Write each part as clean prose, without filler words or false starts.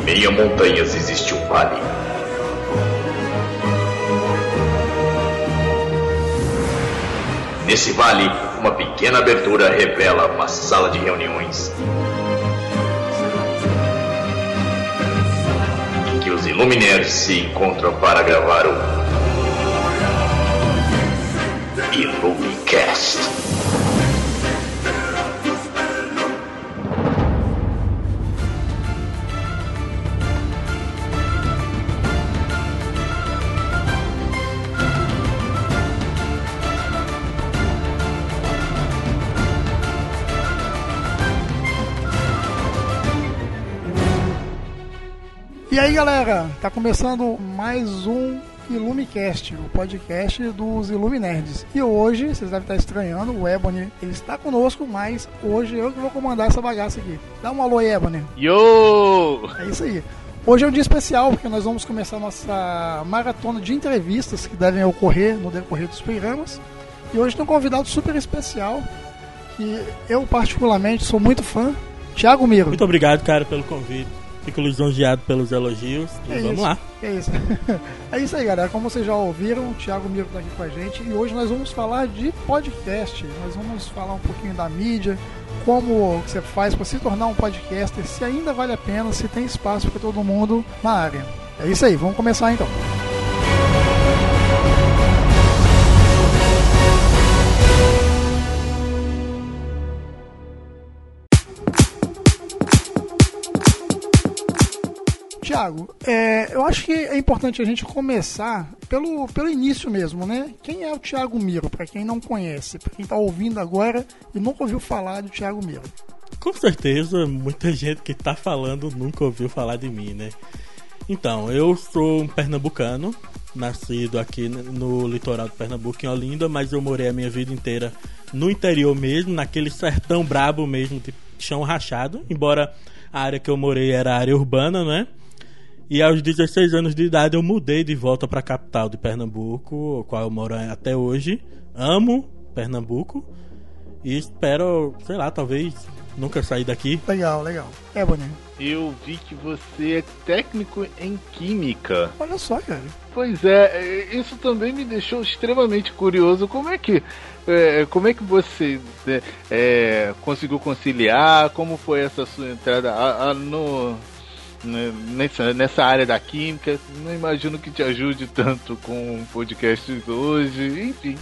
meio a montanhas existe um vale. Nesse vale, uma pequena abertura revela uma sala de reuniões em que os Illuminerds se encontram para gravar o Illumicast. E aí galera, tá começando mais um Illumicast, o podcast dos Illuminerds. E hoje, vocês devem estar estranhando, o Ebony, ele está conosco, mas hoje eu que vou comandar essa bagaça aqui. Dá um alô aí, Ebony. Yo! É isso aí. Hoje é um dia especial, porque nós vamos começar a nossa maratona de entrevistas que devem ocorrer no decorrer dos programas. E hoje tem um convidado super especial, que eu particularmente sou muito fã, Thiago Miro. Muito obrigado, cara, pelo convite. Fico lisonjeado pelos elogios. E vamos lá. É isso. É isso aí, galera. Como vocês já ouviram, o Thiago Miro está aqui com a gente. E hoje nós vamos falar de podcast. Nós vamos falar um pouquinho da mídia, como você faz para se tornar um podcaster, se ainda vale a pena, se tem espaço para todo mundo na área. É isso aí, vamos começar então. Thiago, eu acho que é importante a gente começar pelo início mesmo, né? Quem é o Thiago Miro, para quem não conhece, para quem tá ouvindo agora e nunca ouviu falar do Thiago Miro? Com certeza, muita gente que tá falando nunca ouviu falar de mim, né? Então, eu sou um pernambucano, nascido aqui no litoral do Pernambuco, em Olinda, mas eu morei a minha vida inteira no interior mesmo, naquele sertão brabo mesmo, de chão rachado, embora a área que eu morei era área urbana, né? E aos 16 anos de idade eu mudei de volta para a capital de Pernambuco, o qual eu moro até hoje. Amo Pernambuco e espero, sei lá, talvez nunca sair daqui. Legal, legal. É, Boninho. Eu vi que você é técnico em química. Olha só, cara. Pois é, isso também me deixou extremamente curioso. Como é que você conseguiu conciliar? Como foi essa sua entrada nessa área da química? Não imagino que te ajude tanto com podcasts hoje, enfim.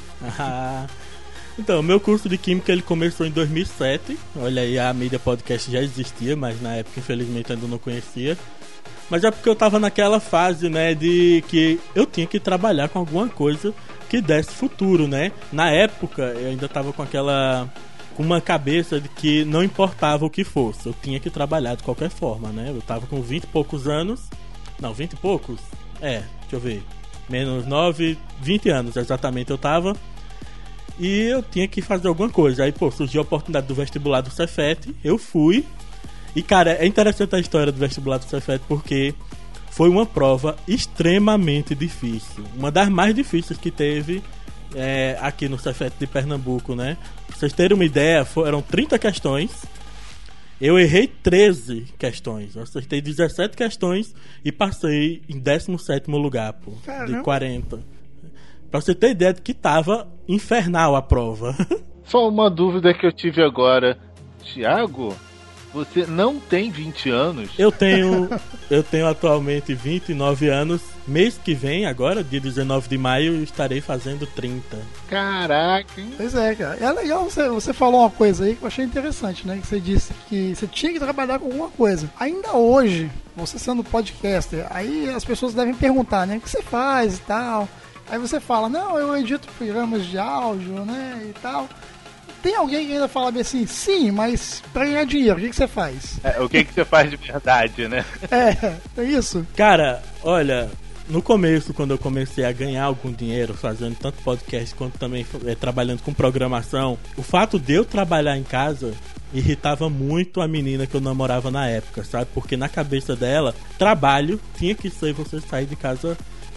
Então, meu curso de química ele começou em 2007. Olha aí, a mídia podcast já existia, mas na época infelizmente ainda não conhecia. Mas é porque eu tava naquela fase, né, de que eu tinha que trabalhar com alguma coisa que desse futuro, né? Na época eu ainda tava com uma cabeça de que não importava o que fosse, eu tinha que trabalhar de qualquer forma, né? Eu tava com 20 e poucos anos. Não, 20 e poucos? Deixa eu ver. Menos 9, 20 anos exatamente eu tava. E eu tinha que fazer alguma coisa. Aí, surgiu a oportunidade do vestibular do Cefet. Eu fui. E, cara, é interessante a história do vestibular do Cefet porque foi uma prova extremamente difícil. Uma das mais difíceis que teve aqui no Cefet de Pernambuco, né? Pra vocês terem uma ideia, eram 30 questões. Eu errei 13 questões. Eu acertei 17 questões e passei em 17º lugar, de 40. Pra você ter ideia de que tava infernal a prova. Só uma dúvida que eu tive agora. Thiago, você não tem 20 anos? Eu tenho atualmente 29 anos. Mês que vem, agora, dia 19 de maio, eu estarei fazendo 30. Caraca, hein? Pois é, cara. É legal, você falou uma coisa aí que eu achei interessante, né? Que você disse que você tinha que trabalhar com alguma coisa. Ainda hoje, você sendo podcaster, aí as pessoas devem perguntar, né? O que você faz e tal. Aí você fala, não, eu edito programas de áudio, né, e tal. Tem alguém que ainda fala bem assim, sim, mas pra ganhar dinheiro, o que você faz? O que você faz de verdade, né? É isso? Cara, olha, no começo, quando eu comecei a ganhar algum dinheiro fazendo tanto podcast quanto também trabalhando com programação, o fato de eu trabalhar em casa irritava muito a menina que eu namorava na época, sabe? Porque na cabeça dela, trabalho tinha que ser você sair de casa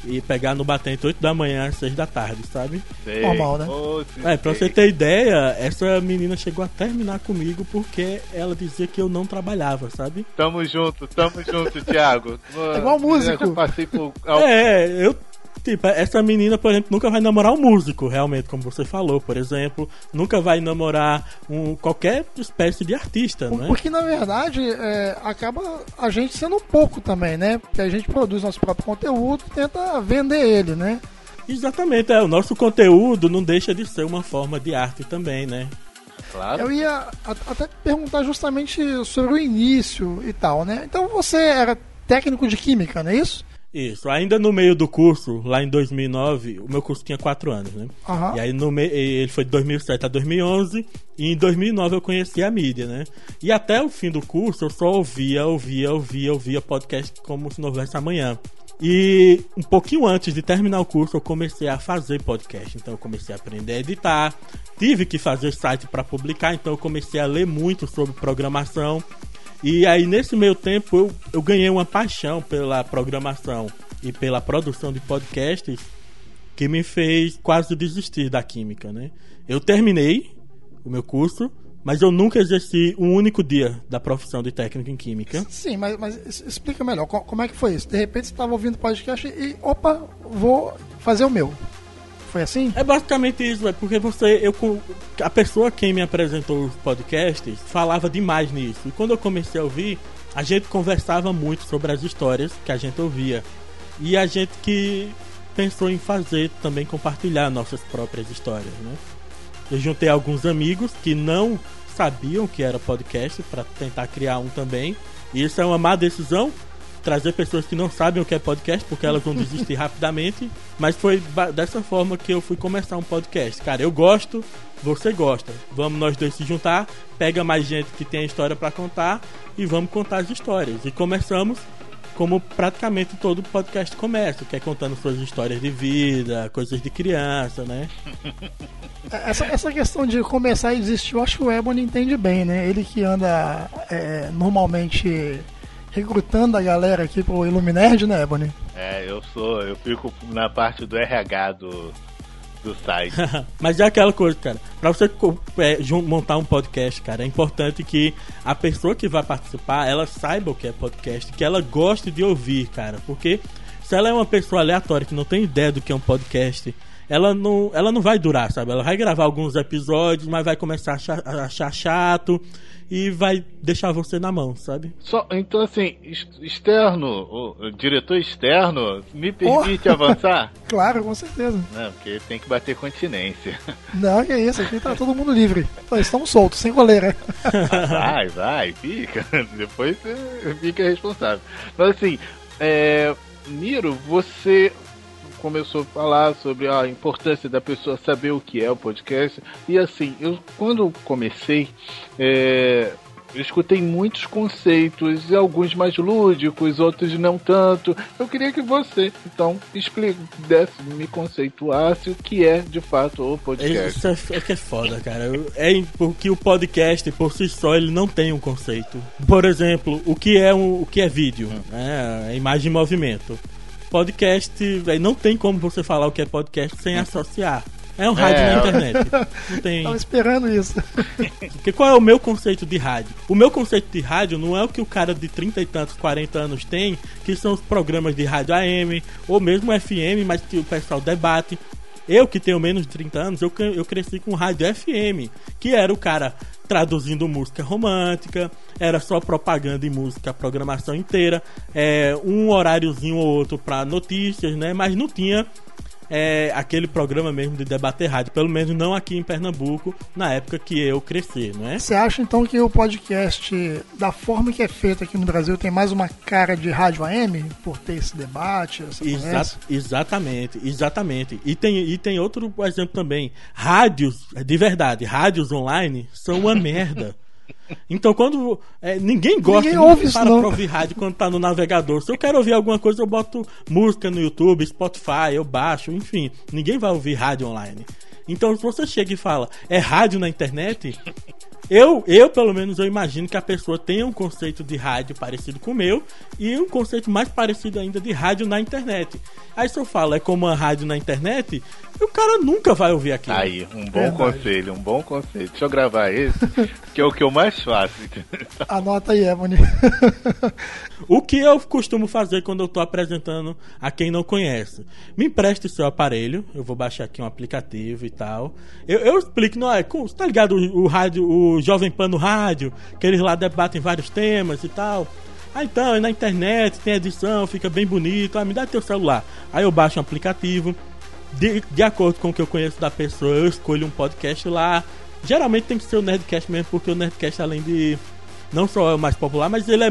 e pegar no batente 8 da manhã às 6 da tarde, sabe? Sei. Normal, né? Pra você ter ideia, essa menina chegou a terminar comigo porque ela dizia que eu não trabalhava, sabe? Tamo junto, Thiago. É igual músico. Eu já passei por... Tipo, essa menina, por exemplo, nunca vai namorar um músico, realmente, como você falou, por exemplo. Nunca vai namorar qualquer espécie de artista, não é? Porque, na verdade, acaba a gente sendo um pouco também, né? Porque a gente produz nosso próprio conteúdo e tenta vender ele, né? Exatamente, o nosso conteúdo não deixa de ser uma forma de arte também, né? Claro. Eu ia até perguntar justamente sobre o início e tal, né? Então você era técnico de química, não é isso? Isso, ainda no meio do curso, lá em 2009, o meu curso tinha 4 anos, né? Uhum. E aí ele foi de 2007 a 2011, e em 2009 eu conheci a mídia, né? E até o fim do curso eu só ouvia podcast como se não houvesse amanhã. E um pouquinho antes de terminar o curso eu comecei a fazer podcast, então eu comecei a aprender a editar, tive que fazer site para publicar, então eu comecei a ler muito sobre programação. E aí nesse meio tempo eu ganhei uma paixão pela programação e pela produção de podcasts que me fez quase desistir da química, né? Eu terminei o meu curso, mas eu nunca exerci um único dia da profissão de técnico em química. Sim, mas explica melhor, como é que foi isso? De repente você estava ouvindo podcast e, opa, vou fazer o meu. Foi assim? É basicamente isso, porque a pessoa quem me apresentou os podcasts falava demais nisso. E quando eu comecei a ouvir, a gente conversava muito sobre as histórias que a gente ouvia. E a gente que pensou em fazer também, compartilhar nossas próprias histórias, né? Eu juntei alguns amigos que não sabiam que era podcast para tentar criar um também. E isso é uma má decisão, trazer pessoas que não sabem o que é podcast, porque elas vão desistir rapidamente. Mas foi dessa forma que eu fui começar um podcast. Cara, eu gosto, você gosta. Vamos nós dois se juntar, pega mais gente que tem a história pra contar e vamos contar as histórias. E começamos como praticamente todo podcast começa, que é contando suas histórias de vida, coisas de criança, né? Essa questão de começar e desistir, eu acho que o Ebony entende bem, né? Ele que anda normalmente recrutando a galera aqui pro Iluminerd, né, Ebony? Eu fico na parte do RH do site. Mas é aquela coisa, cara, pra você montar um podcast, cara, é importante que a pessoa que vai participar, ela saiba o que é podcast, que ela goste de ouvir, cara, porque se ela é uma pessoa aleatória que não tem ideia do que é um podcast, ela não vai durar, sabe? Ela vai gravar alguns episódios, mas vai começar a achar chato e vai deixar você na mão, sabe? Então, assim, o diretor externo me permite avançar? Claro, com certeza. Não, porque tem que bater continência. Não, que isso, aqui tá todo mundo livre. Estamos soltos, sem coleira. Vai, fica. Depois você fica responsável. Mas assim, Miro, você começou a falar sobre a importância da pessoa saber o que é o podcast. E assim, quando comecei, eu escutei muitos conceitos, alguns mais lúdicos, outros não tanto. Eu queria que você, então, me conceituasse o que é, de fato, o podcast. Isso é que é foda, cara. Porque o podcast, por si só, ele não tem um conceito. Por exemplo, o que é vídeo? É imagem em movimento. Podcast, não tem como você falar o que é podcast sem associar. É um rádio na internet. Não tem... Tava esperando isso. Porque qual é o meu conceito de rádio? O meu conceito de rádio não é o que o cara de 30 e tantos, 40 anos tem, que são os programas de rádio AM, ou mesmo FM, mas que o pessoal debate. Eu, que tenho menos de 30 anos, eu cresci com rádio FM, que era o cara traduzindo música romântica, era só propaganda e música, a programação inteira, um horáriozinho ou outro para notícias, né? Mas não tinha aquele programa mesmo de debater rádio, pelo menos não aqui em Pernambuco, na época que eu cresci, não é? Você acha então que o podcast, da forma que é feito aqui no Brasil, tem mais uma cara de rádio AM, por ter esse debate, essa conversa? Exatamente. E tem outro exemplo também. Rádios, de verdade, rádios online são uma merda. Então quando ninguém ouve para ouvir rádio quando tá no navegador. Se eu quero ouvir alguma coisa, eu boto música no YouTube, Spotify, eu baixo, enfim, ninguém vai ouvir rádio online. Então se você chega e fala, é rádio na internet, Eu, pelo menos, eu imagino que a pessoa tenha um conceito de rádio parecido com o meu e um conceito mais parecido ainda de rádio na internet. Aí se eu falo, é como uma rádio na internet, o cara nunca vai ouvir aquilo. Aí, um bom conselho, um bom conselho. Deixa eu gravar esse, que é o que eu mais faço. Anota aí, Ebony. O que eu costumo fazer quando eu tô apresentando a quem não conhece? Me empreste seu aparelho, eu vou baixar aqui um aplicativo e tal. Eu explico, não é? Tá ligado o rádio, o Jovem Pan no rádio, que eles lá debatem vários temas e tal. Ah, então, é na internet, tem edição, fica bem bonito. Ah, me dá teu celular. Aí eu baixo um aplicativo. De acordo com o que eu conheço da pessoa, eu escolho um podcast lá. Geralmente tem que ser o Nerdcast mesmo, porque o Nerdcast, além de não só é o mais popular, mas ele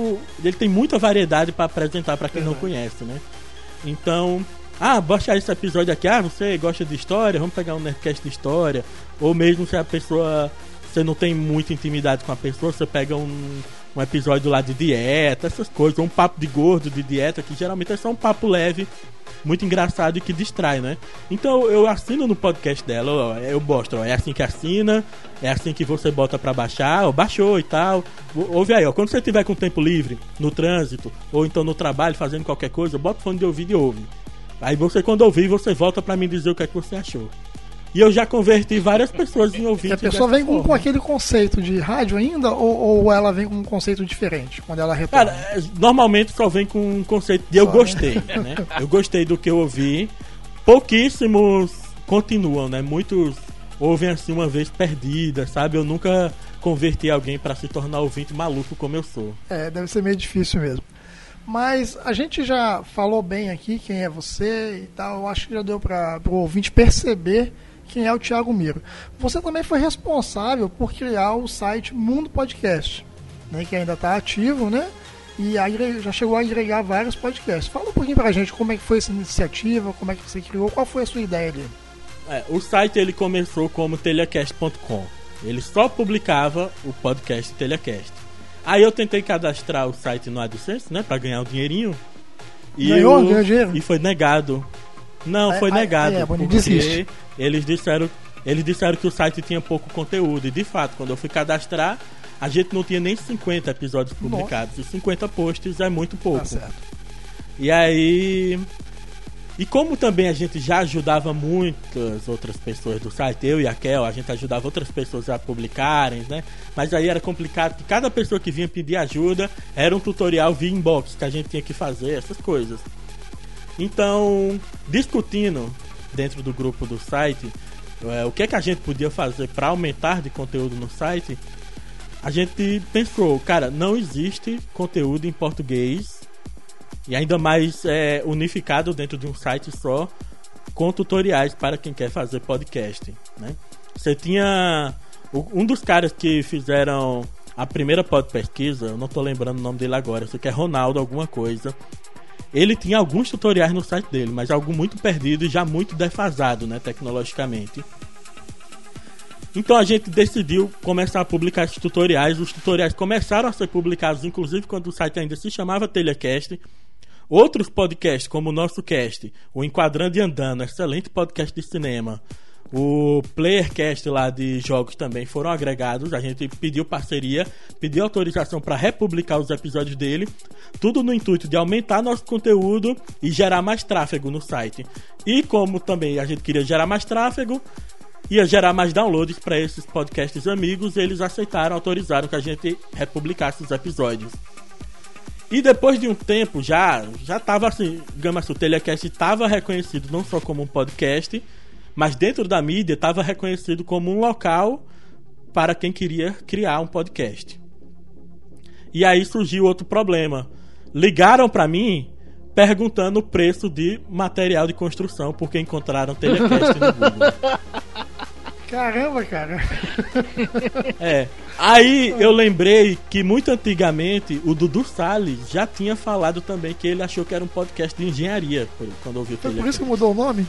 tem muita variedade para apresentar para quem não conhece, né? Então, baixar esse episódio aqui, você gosta de história, vamos pegar um Nerdcast de história. Ou mesmo se a pessoa, você não tem muita intimidade com a pessoa, você pega um episódio lá de dieta, essas coisas, ou um papo de gordo de dieta, que geralmente é só um papo leve, muito engraçado e que distrai, né? Então eu assino no podcast dela, eu mostro, é assim que assina, é assim que você bota pra baixar, baixou e tal. Ouve aí, quando você tiver com tempo livre, no trânsito, ou então no trabalho, fazendo qualquer coisa, bota o fone de ouvido e ouve. Aí você, quando ouvir, você volta pra mim dizer o que é que você achou. E eu já converti várias pessoas em ouvintes. E a pessoa vem com aquele conceito de rádio ainda, ou ela vem com um conceito diferente quando ela retorna? Cara, normalmente só vem com um conceito de eu gostei, né? Eu gostei do que eu ouvi. Pouquíssimos continuam, né? Muitos ouvem assim uma vez perdida, sabe? Eu nunca converti alguém pra se tornar ouvinte maluco como eu sou. Deve ser meio difícil mesmo. Mas a gente já falou bem aqui quem é você e tal. Eu acho que já deu para o ouvinte perceber quem é o Thiago Miro. Você também foi responsável por criar o site Mundo Podcast, né, que ainda está ativo, né? E aí já chegou a agregar vários podcasts. Fala um pouquinho pra gente como é que foi essa iniciativa, como é que você criou, qual foi a sua ideia ali? O site ele começou como telecast.com. Ele só publicava o podcast Telecast. Aí eu tentei cadastrar o site no AdSense, né, pra ganhar um dinheirinho. Ganhou dinheiro? E foi negado. Não, foi negado. Porque eles disseram que o site tinha pouco conteúdo. E de fato, quando eu fui cadastrar, a gente não tinha nem 50 episódios publicados. Nossa. E 50 posts é muito pouco. Tá certo. E aí... E como também a gente já ajudava muitas outras pessoas do site, eu e a Kel, a gente ajudava outras pessoas a publicarem, né? Mas aí era complicado, que cada pessoa que vinha pedir ajuda era um tutorial via inbox que a gente tinha que fazer, essas coisas. Então, discutindo dentro do grupo do site, o que é que a gente podia fazer para aumentar de conteúdo no site, a gente pensou, cara, não existe conteúdo em português e ainda mais unificado dentro de um site só, com tutoriais para quem quer fazer podcast, né? Você tinha um dos caras que fizeram a primeira pesquisa, eu não tô lembrando o nome dele agora, eu sei que é Ronaldo alguma coisa. Ele tinha alguns tutoriais no site dele, mas algo muito perdido e já muito defasado, né, tecnologicamente. Então a gente decidiu começar a publicar esses tutoriais. Os tutoriais começaram a ser publicados, inclusive quando o site ainda se chamava Telecast. Outros podcasts, como o nosso cast, o Enquadrando e Andando, excelente podcast de cinema, o Playercast lá de jogos também foram agregados. A gente pediu parceria, pediu autorização para republicar os episódios dele, tudo no intuito de aumentar nosso conteúdo e gerar mais tráfego no site. E como também a gente queria gerar mais tráfego, ia gerar mais downloads para esses podcasts amigos, eles aceitaram, autorizaram que a gente republicasse os episódios. E depois de um tempo já estava assim, digamos assim, o Telecast estava reconhecido não só como um podcast, mas dentro da mídia estava reconhecido como um local para quem queria criar um podcast. E aí surgiu outro problema. Ligaram para mim perguntando o preço de material de construção, porque encontraram Telecast no Google. Caramba, cara. Aí eu lembrei que muito antigamente o Dudu Salles já tinha falado também que ele achou que era um podcast de engenharia quando ouviu o Telecast. Foi por isso que mudou o nome?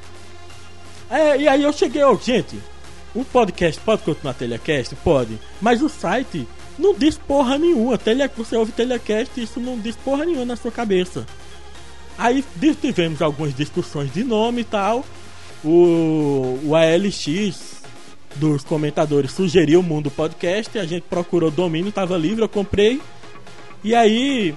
E aí eu cheguei, gente, o podcast pode continuar Telecast? Pode. Mas o site não diz porra nenhuma. Você ouve Telecast e isso não diz porra nenhuma na sua cabeça. Aí tivemos algumas discussões de nome e tal. O ALX dos comentadores sugeriu o Mundo Podcast, a gente procurou o domínio, tava livre, eu comprei. E aí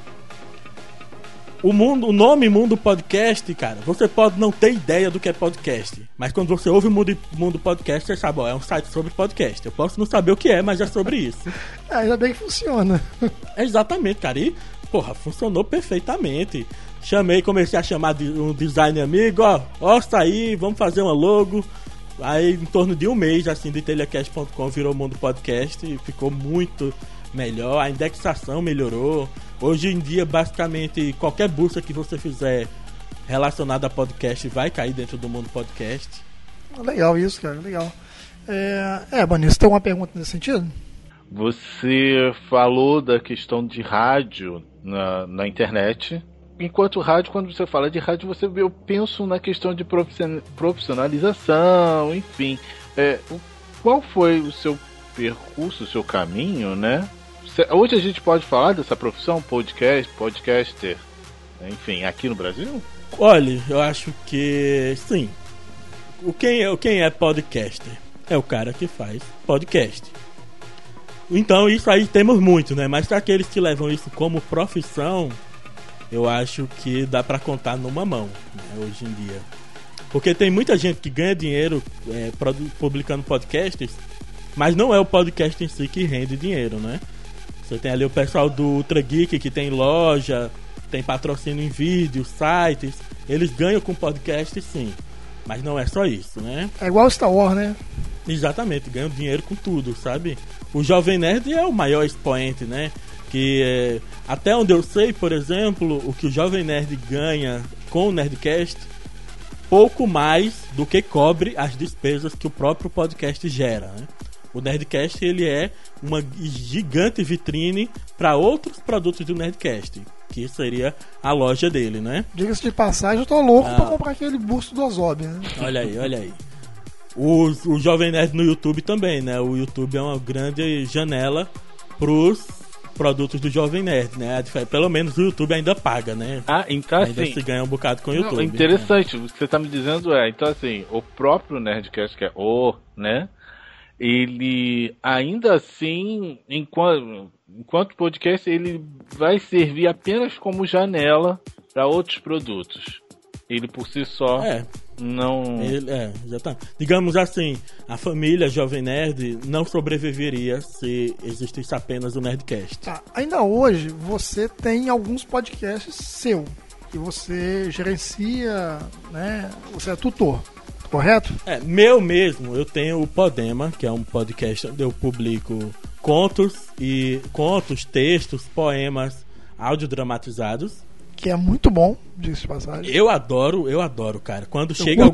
o nome Mundo Podcast, cara, você pode não ter ideia do que é podcast, mas quando você ouve o Mundo Podcast, você sabe, ó, é um site sobre podcast. Eu posso não saber o que é, mas é sobre isso. Ainda bem que funciona. Exatamente, cara, e porra, funcionou perfeitamente. Comecei a chamar um design amigo, ó, tá aí, vamos fazer uma logo. Aí em torno de um mês, assim, de telecast.com virou Mundo Podcast e ficou muito melhor, a indexação melhorou. Hoje em dia, basicamente, qualquer busca que você fizer relacionada a podcast vai cair dentro do Mundo Podcast. Legal isso, cara, legal. Boninho, você tem uma pergunta nesse sentido? Você falou da questão de rádio na internet. Enquanto rádio, quando você fala de rádio, eu penso na questão de profissionalização, enfim. Qual foi o seu percurso, o seu caminho, né? Hoje a gente pode falar dessa profissão, podcaster, enfim, aqui no Brasil? Olha, eu acho que sim. Quem é podcaster? É o cara que faz podcast. Então isso aí temos muito, né? Mas para aqueles que levam isso como profissão, eu acho que dá pra contar numa mão, né, hoje em dia. Porque tem muita gente que ganha dinheiro publicando podcasts, mas não é o podcast em si que rende dinheiro, né? Você tem ali o pessoal do Ultra Geek que tem loja, tem patrocínio em vídeos, sites. Eles ganham com podcast, sim. Mas não é só isso, né? É igual Star Wars, né? Exatamente, ganham dinheiro com tudo, sabe? O Jovem Nerd é o maior expoente, né? Que até onde eu sei, por exemplo, o que o Jovem Nerd ganha com o Nerdcast, pouco mais do que cobre as despesas que o próprio podcast gera, né? O Nerdcast, ele é uma gigante vitrine para outros produtos do Nerdcast, que seria a loja dele, né? Diga-se de passagem, eu tô louco pra comprar aquele busto do Ozob, né? Olha aí. O Jovem Nerd no YouTube também, né? O YouTube é uma grande janela pros produtos do Jovem Nerd, né? Pelo menos o YouTube ainda paga, né? Então ainda assim, se ganha um bocado com o YouTube. Interessante, o que você tá me dizendo então assim, o próprio Nerdcast, que é né? Ele ainda assim, enquanto podcast, ele vai servir apenas como janela para outros produtos. Ele por si só não... exatamente. Digamos assim, a família Jovem Nerd não sobreviveria se existisse apenas o Nerdcast. Ainda hoje, você tem alguns podcasts seu, que você gerencia, né? Você é tutor. Correto? Meu mesmo, eu tenho o Podema, que é um podcast onde eu publico contos, textos, poemas, audiodramatizados. Que é muito bom, diga-se de passagem. Eu adoro, cara. Quando chega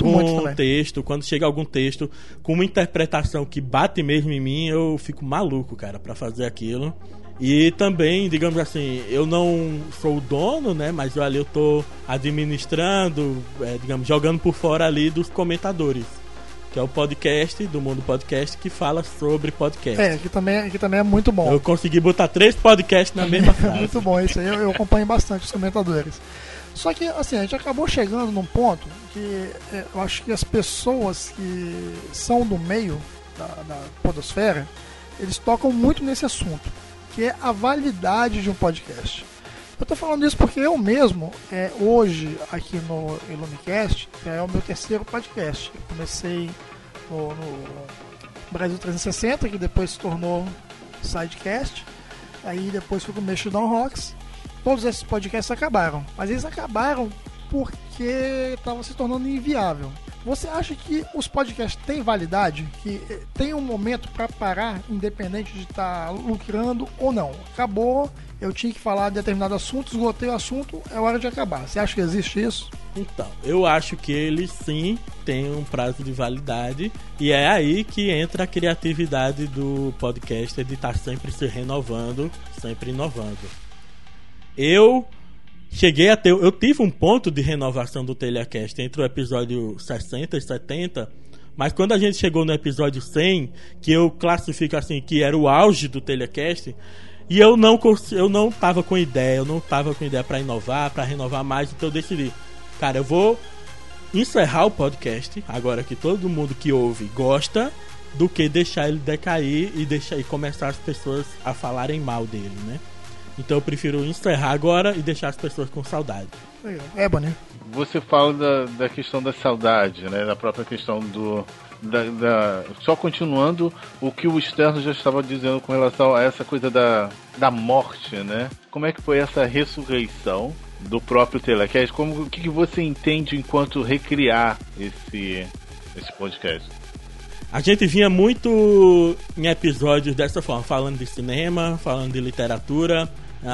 algum texto com uma interpretação que bate mesmo em mim, eu fico maluco, cara, pra fazer aquilo. E também, digamos assim, eu não sou o dono, né? Mas eu tô administrando, digamos, jogando por fora ali dos comentadores, que é o podcast do Mundo Podcast que fala sobre podcast. Que também é muito bom. Eu consegui botar 3 podcasts na mesma frase. Muito bom, isso aí eu acompanho bastante os comentadores. Só que, assim, a gente acabou chegando num ponto que eu acho que as pessoas que são do meio da podosfera, eles tocam muito nesse assunto, que é a validade de um podcast. Eu tô falando isso porque eu mesmo, hoje, aqui no Ilumicast, é o meu 3º podcast. Eu comecei no Brasil 360, que depois se tornou Sidecast. Aí depois fui com o Mexidão Rocks. Todos esses podcasts acabaram. Mas eles acabaram porque estava se tornando inviável. Você acha que os podcasts têm validade? Que tem um momento para parar, independente de estar lucrando ou não? Acabou, eu tinha que falar de determinado assunto, esgotei o assunto, é hora de acabar. Você acha que existe isso? Então, eu acho que eles sim têm um prazo de validade, e é aí que entra a criatividade do podcaster de estar sempre se renovando, sempre inovando. Eu tive um ponto de renovação do Telecast entre o episódio 60 e 70, mas quando a gente chegou no episódio 100, que eu classifico assim, que era o auge do Telecast, e eu não tava com ideia para inovar, para renovar mais, então eu decidi, cara, eu vou encerrar o podcast, agora que todo mundo que ouve gosta, do que deixar ele decair e começar as pessoas a falarem mal dele, né? Então eu prefiro encerrar agora e deixar as pessoas com saudade. Né? Você fala da questão da saudade, né? Da própria questão só continuando o que o Externo já estava dizendo com relação a essa coisa da morte, né? Como é que foi essa ressurreição do próprio Telecast? O que você entende enquanto recriar esse podcast? A gente vinha muito em episódios dessa forma, falando de cinema, falando de literatura,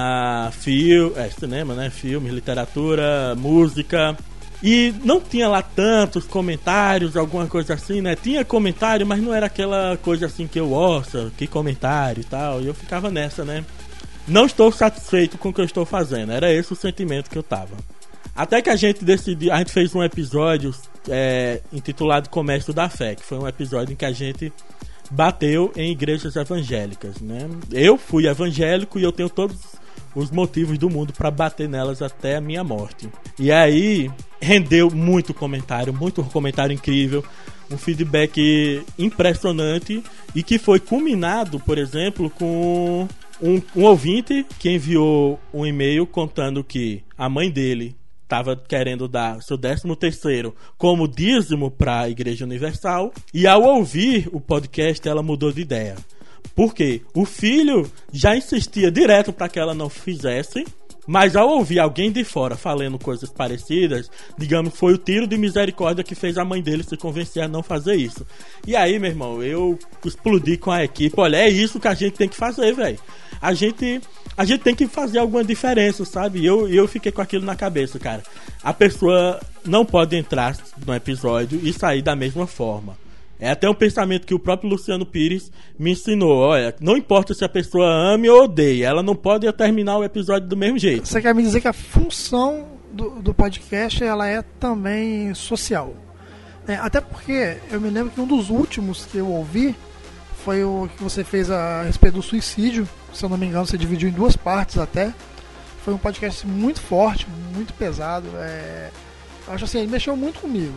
cinema, né? Filme, literatura, música. E não tinha lá tantos comentários, alguma coisa assim, né? Tinha comentário, mas não era aquela coisa assim que que comentário e tal. E eu ficava nessa, né? Não estou satisfeito com o que eu estou fazendo. Era esse o sentimento que eu tava. Até que a gente fez um episódio intitulado Comércio da Fé, que foi um episódio em que a gente bateu em igrejas evangélicas, né? Eu fui evangélico e eu tenho todos os motivos do mundo para bater nelas até a minha morte. E aí rendeu muito comentário incrível, um feedback impressionante e que foi culminado, por exemplo, com um ouvinte que enviou um e-mail contando que a mãe dele estava querendo dar seu 13º como dízimo para a Igreja Universal, e ao ouvir o podcast ela mudou de ideia. Porque o filho já insistia direto para que ela não fizesse, mas ao ouvir alguém de fora falando coisas parecidas, digamos, foi o tiro de misericórdia que fez a mãe dele se convencer a não fazer isso. E aí, meu irmão, eu explodi com a equipe. Olha, é isso que a gente tem que fazer, velho. A gente tem que fazer alguma diferença, sabe? E eu fiquei com aquilo na cabeça, cara. A pessoa não pode entrar no episódio e sair da mesma forma. É até um pensamento que o próprio Luciano Pires me ensinou. Olha, não importa se a pessoa ame ou odeia, ela não pode terminar o episódio do mesmo jeito. Você quer me dizer que a função do podcast ela é também social? Até porque eu me lembro que um dos últimos que eu ouvi foi o que você fez a respeito do suicídio. Se eu não me engano, você dividiu em 2 partes até. Foi um podcast muito forte, muito pesado. Eu acho assim, ele mexeu muito comigo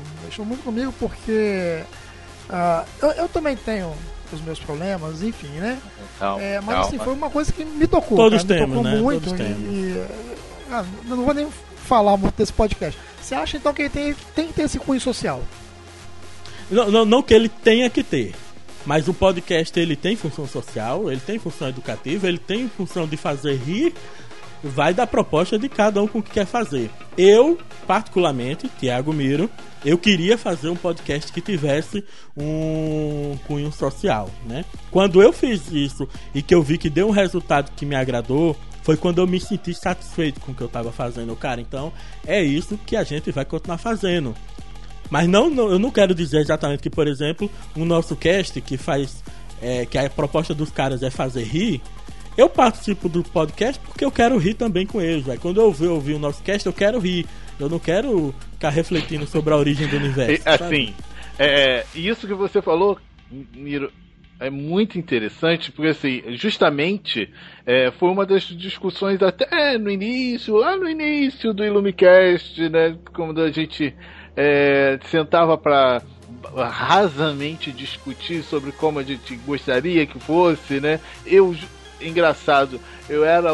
porque eu também tenio os meus problemas, enfim, né? Mas assim, foi uma coisa que me tocou. Todos me temos, tocou né? muito. Eu não vou nem falar muito desse podcast. Você acha então que ele tem que ter esse cunho social? Não que ele tenha que ter, mas o podcast ele tem função social, ele tem função educativa, ele tem função de fazer rir. Vai da proposta de cada um com o que quer fazer. Eu, particularmente, Thiago Miro, eu queria fazer um podcast que tivesse um cunho social, né? Quando eu fiz isso e que eu vi que deu um resultado que me agradou, foi quando eu me senti satisfeito com o que eu estava fazendo. Cara, então é isso que a gente vai continuar fazendo. Mas eu não quero dizer exatamente que, por exemplo, o nosso cast que faz que a proposta dos caras é fazer rir. Eu participo do podcast porque eu quero rir também com eles, véio. Quando eu ouvir o nosso cast, eu quero rir. Eu não quero ficar refletindo sobre a origem do universo. Assim, isso que você falou, Miro, é muito interessante, porque assim, justamente foi uma das discussões até lá no início do Ilumicast, né? Quando a gente sentava para rasamente discutir sobre como a gente gostaria que fosse, né? Engraçado, eu era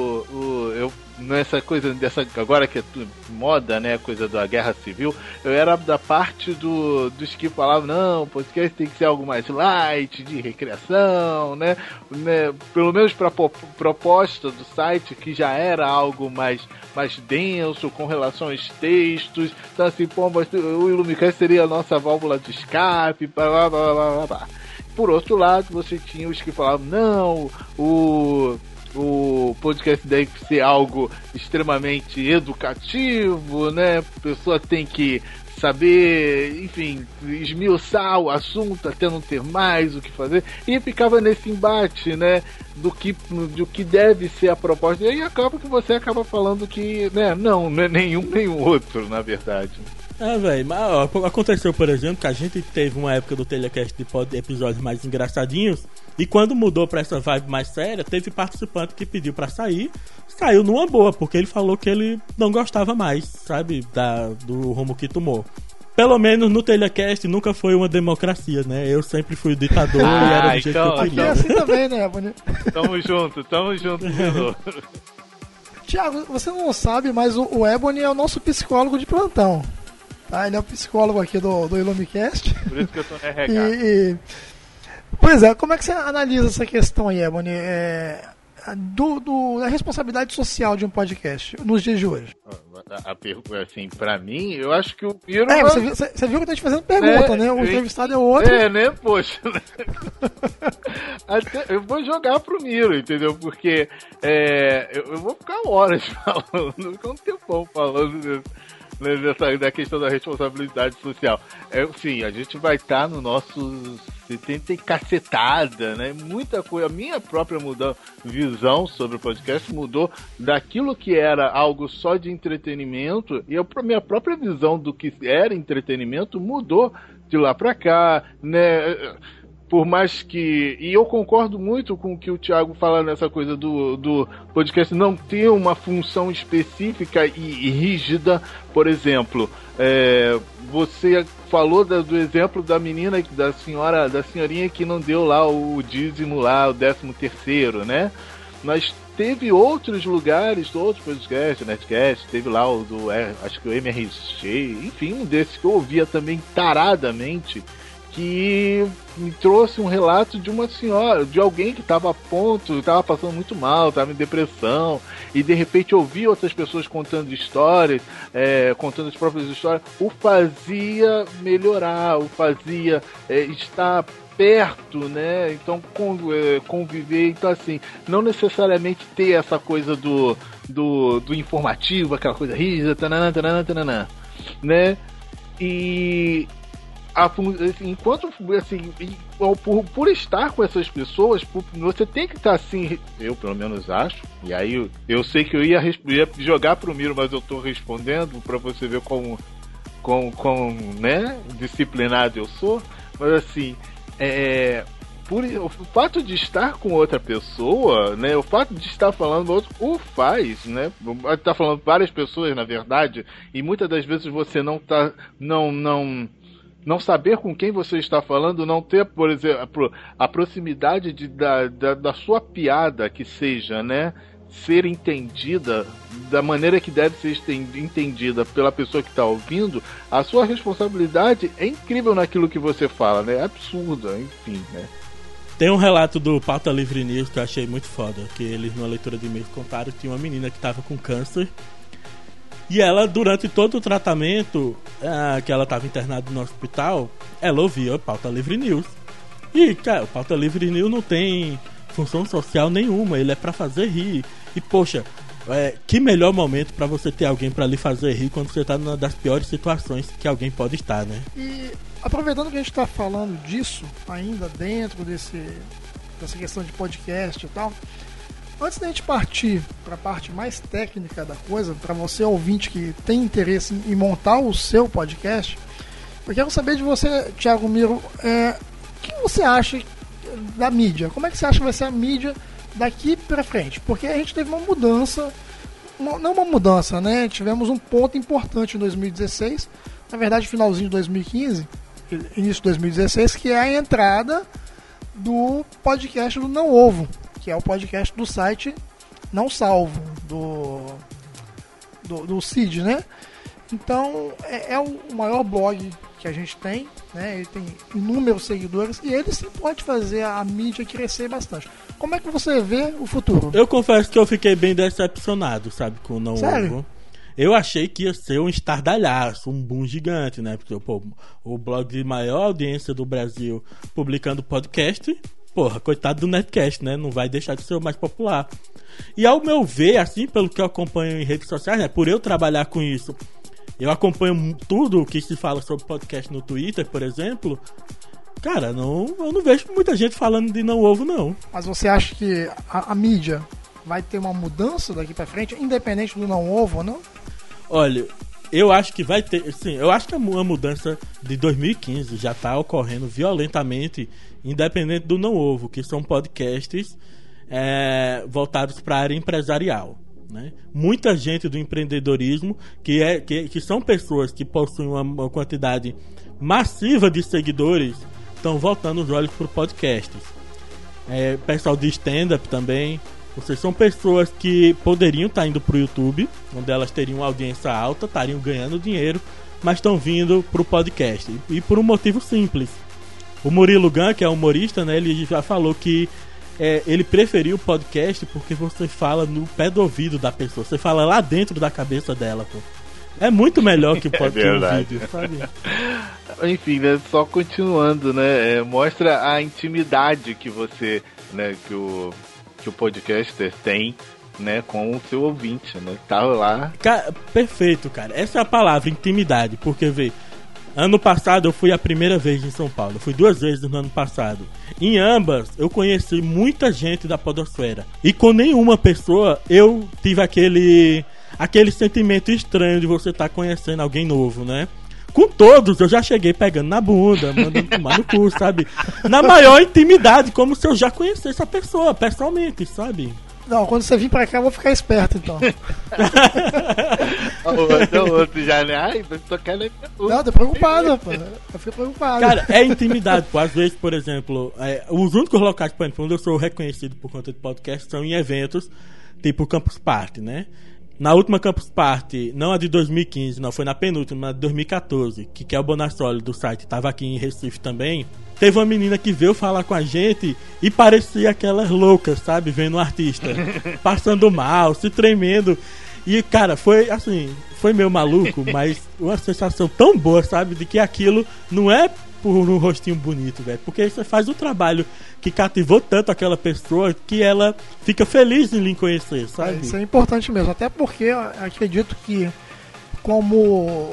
nessa coisa agora que é tudo moda, né, coisa da guerra civil, eu era da parte dos que falavam, não, o podcast tem que ser algo mais light, de recreação, né, pelo menos para proposta do site, que já era algo mais denso, com relação aos textos, então assim, o Ilumicast seria a nossa válvula de escape, blá blá blá blá blá. Por outro lado, você tinha os que falavam, não, o podcast deve ser algo extremamente educativo, né? A pessoa tem que saber, enfim, esmiuçar o assunto até não ter mais o que fazer. E ficava nesse embate, né? Do que deve ser a proposta. E aí acaba que você acaba falando que, né? Não é nenhum nem o outro, na verdade. Velho, aconteceu, por exemplo, que a gente teve uma época do Telecast de episódios mais engraçadinhos, e quando mudou pra essa vibe mais séria, teve participante que pediu pra sair, saiu numa boa, porque ele falou que ele não gostava mais, sabe, do rumo que tomou. Pelo menos no Telecast nunca foi uma democracia, né? Eu sempre fui o ditador e era do jeito que eu Aqui queria. é assim também, né, Ebony? Tamo junto de novo. Thiago, você não sabe, mas o Ebony é o nosso psicólogo de plantão. Tá? Ele é o psicólogo aqui do Ilumicast. Por isso que eu tô no RH. Pois é, como é que você analisa essa questão aí, Ebony? Da responsabilidade social de um podcast nos dias de hoje. A pergunta, assim, pra mim, eu acho que o Miro... Você viu que eu tô te fazendo pergunta, né? O entrevistado é outro. né? Poxa. Eu vou jogar pro Miro, entendeu? Porque eu vou ficar horas falando, ficar um tempão falando da questão da responsabilidade social. Sim, a gente vai estar no nosso 70 e cacetada, né? Muita coisa. A minha própria visão sobre o podcast mudou daquilo que era algo só de entretenimento, e a minha própria visão do que era entretenimento mudou de lá pra cá, né? Por mais que... E eu concordo muito com o que o Thiago fala nessa coisa do podcast não ter uma função específica e rígida. Por exemplo, você falou do exemplo da menina, da senhorinha que não deu lá o dízimo lá, o 13º, né? Mas teve outros lugares, outros podcasts, Nerdcast, teve lá o acho que o MRG, enfim, um desses que eu ouvia também taradamente, que me trouxe um relato de uma senhora, de alguém que estava a ponto, estava passando muito mal, estava em depressão, e de repente ouvir outras pessoas contando histórias, contando as próprias histórias, o fazia melhorar, o fazia estar perto, né? Então conviver, então assim, não necessariamente ter essa coisa do informativo, aquela coisa rígida, tananã, né? E enquanto assim, por estar com essas pessoas, você tem que estar assim, eu pelo menos acho, e aí eu sei que eu ia jogar pro Miro, mas eu tô respondendo pra você ver como né, disciplinado eu sou, mas assim, o fato de estar com outra pessoa, né, o fato de estar falando outro, o faz, né, tá falando várias pessoas na verdade, e muitas das vezes você não saber com quem você está falando, não ter, por exemplo, a proximidade da sua piada, que seja, né, ser entendida da maneira que deve ser entendida pela pessoa que está ouvindo, a sua responsabilidade é incrível naquilo que você fala, né, é absurda, enfim, né. Tem um relato do Pauta Livre News que eu achei muito foda, que eles numa leitura de e-mails contaram que tinha uma menina que estava com câncer. E ela, durante todo o tratamento, que ela estava internada no hospital, ela ouvia o Pauta Livre News. E, cara, o Pauta Livre News não tem função social nenhuma, ele é pra fazer rir. E, poxa, que melhor momento pra você ter alguém pra lhe fazer rir quando você tá numa das piores situações que alguém pode estar, né? E, aproveitando que a gente tá falando disso, ainda dentro dessa questão de podcast e tal... Antes da gente partir para a parte mais técnica da coisa, para você ouvinte que tem interesse em montar o seu podcast, eu quero saber de você, Thiago Miro, o que você acha da mídia? Como é que você acha que vai ser a mídia daqui para frente? Porque a gente teve uma mudança, não uma mudança, né? Tivemos um ponto importante em 2016, na verdade finalzinho de 2015, início de 2016, que é a entrada do podcast do Não Ovo, que é o podcast do site Não Salvo, do Cid, né? Então, é o maior blog que a gente tem, né? Ele tem inúmeros seguidores e ele sim pode fazer a mídia crescer bastante. Como é que você vê o futuro? Eu confesso que eu fiquei bem decepcionado, sabe, com o Não Sério? Ovo. Eu achei que ia ser um estardalhaço, um boom gigante, né? Porque, pô, o blog de maior audiência do Brasil publicando podcast... Porra, coitado do Nerdcast, né? Não vai deixar de ser o mais popular. E ao meu ver, assim, pelo que eu acompanho em redes sociais, né? Por eu trabalhar com isso, eu acompanho tudo o que se fala sobre podcast no Twitter, por exemplo. Cara, eu não vejo muita gente falando de Não Ovo, não. Mas você acha que a mídia vai ter uma mudança daqui pra frente, independente do Não Ovo ou não? Olha, eu acho que vai ter... Sim, eu acho que a mudança de 2015 já tá ocorrendo violentamente, independente do Não Ovo, que são podcasts voltados para a área empresarial. né? Muita gente do empreendedorismo, que são pessoas que possuem uma quantidade massiva de seguidores, estão voltando os olhos para o podcast. Pessoal de stand-up também. Ou seja, são pessoas que poderiam estar indo para o YouTube, onde elas teriam uma audiência alta, estariam ganhando dinheiro, mas estão vindo para o podcast. E por um motivo simples. O Murilo Gun, que é humorista, né, ele já falou que ele preferiu o podcast porque você fala no pé do ouvido da pessoa. Você fala lá dentro da cabeça dela, pô. É muito melhor que o vídeo, sabe? Enfim, né, só continuando, né? Mostra a intimidade que você, né, que o podcaster tem, né, com o seu ouvinte, né? Tá lá. Perfeito, cara. Essa é a palavra, intimidade, porque vê. Ano passado eu fui a primeira vez em São Paulo. Eu fui 2 vezes no ano passado. Em ambas, eu conheci muita gente da podosfera. E com nenhuma pessoa eu tive aquele sentimento estranho de você estar conhecendo alguém novo, né? Com todos eu já cheguei pegando na bunda, mandando tomar no cu, sabe? Na maior intimidade, como se eu já conhecesse a pessoa pessoalmente, sabe? Não, quando você vir pra cá eu vou ficar esperto, então. O outro já, né? Ai, mas tô querendo... Não, tô preocupado, rapaz. Eu fico preocupado. Cara, é intimidade, pô. Às vezes, por exemplo, os únicos locais, por exemplo, onde eu sou reconhecido por conta de podcast são em eventos, tipo Campus Party, né? Na última Campus Party, não a de 2015, não, foi na penúltima, de 2014, que é o Bonassoli do site, tava aqui em Recife também. Teve uma menina que veio falar com a gente e parecia aquelas loucas, sabe? Vendo um artista passando mal, se tremendo. E, cara, foi assim, foi meio maluco, mas uma sensação tão boa, sabe? De que aquilo não é por um rostinho bonito, velho. Porque você faz o trabalho que cativou tanto aquela pessoa que ela fica feliz em lhe conhecer, sabe? Isso é importante mesmo, até porque eu acredito que como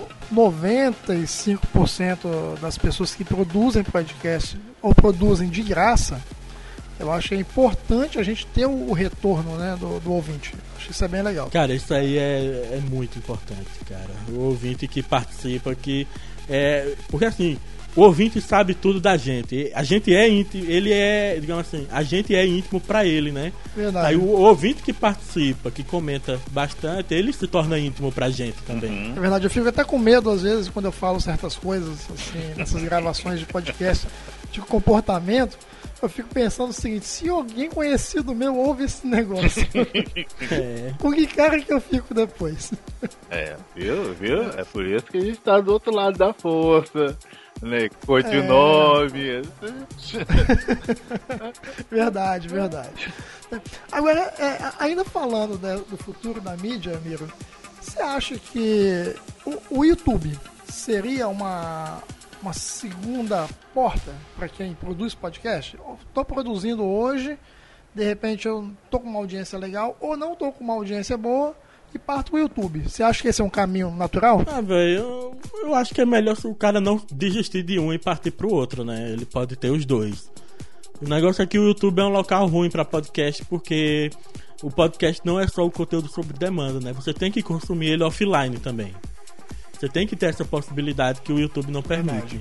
95% das pessoas que produzem podcast ou produzem de graça, eu acho que é importante a gente ter o retorno, né, do ouvinte. Acho que isso é bem legal. Cara, isso aí é muito importante, cara. O ouvinte que participa, porque assim, o ouvinte sabe tudo da gente. A gente é íntimo, ele é, digamos assim, a gente é íntimo pra ele, né? Verdade. Aí o ouvinte que participa, que comenta bastante, ele se torna íntimo pra gente também. É verdade, eu fico até com medo às vezes quando eu falo certas coisas, assim, nessas gravações de podcast, de comportamento. Eu fico pensando o seguinte: se alguém conhecido meu ouve esse negócio, com que cara que eu fico depois? Viu? É por isso que a gente tá do outro lado da força, né? Codinome. Verdade. Agora, ainda falando, né, do futuro da mídia, Miro, você acha que o YouTube seria uma segunda porta para quem produz podcast? Estou produzindo hoje, de repente eu estou com uma audiência legal ou não estou com uma audiência boa e parto pro YouTube. Você acha que esse é um caminho natural? Velho, eu acho que é melhor se o cara não desistir de um e partir pro outro, né? Ele pode ter os dois. O negócio é que o YouTube é um local ruim para podcast, porque o podcast não é só o conteúdo sob demanda, né? Você tem que consumir ele offline também. Você tem que ter essa possibilidade que o YouTube não permite.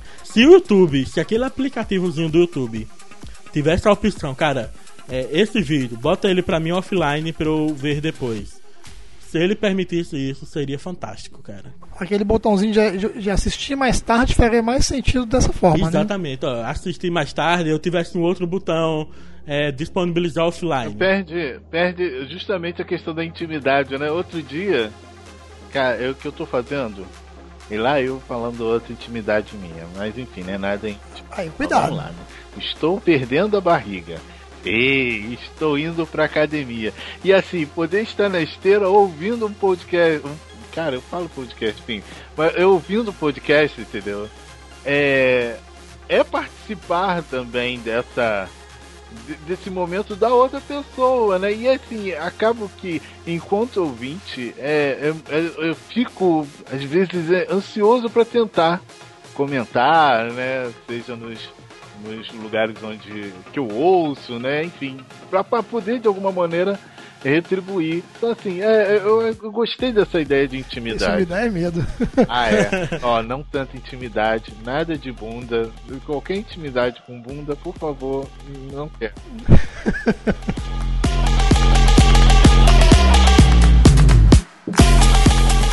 Se aquele aplicativozinho do YouTube tivesse a opção, cara, esse vídeo, bota ele pra mim offline pra eu ver depois. Se ele permitisse isso, seria fantástico, cara. Aquele botãozinho de assistir mais tarde faria mais sentido dessa forma, exatamente, né? Assistir mais tarde, eu tivesse um outro botão, disponibilizar offline. Perde justamente a questão da intimidade, né? Outro dia, cara, o que eu tô fazendo, e lá eu falando outra intimidade minha, mas enfim, né? Nada íntimo. Aí, cuidado. Vamos lá, né? Estou perdendo a barriga. Estou indo pra academia. E assim, poder estar na esteira ouvindo um podcast. Cara, eu falo podcast, enfim. Mas eu ouvindo podcast, entendeu? É participar também desse momento da outra pessoa, né? E assim, acabo que, enquanto ouvinte, eu fico, às vezes, ansioso para tentar comentar, né? Seja nos lugares que eu ouço, né? Enfim, para poder de alguma maneira retribuir. Então assim, eu gostei dessa ideia de intimidade. Intimidade é medo. Não tanta intimidade, nada de bunda. Qualquer intimidade com bunda, por favor, não quero.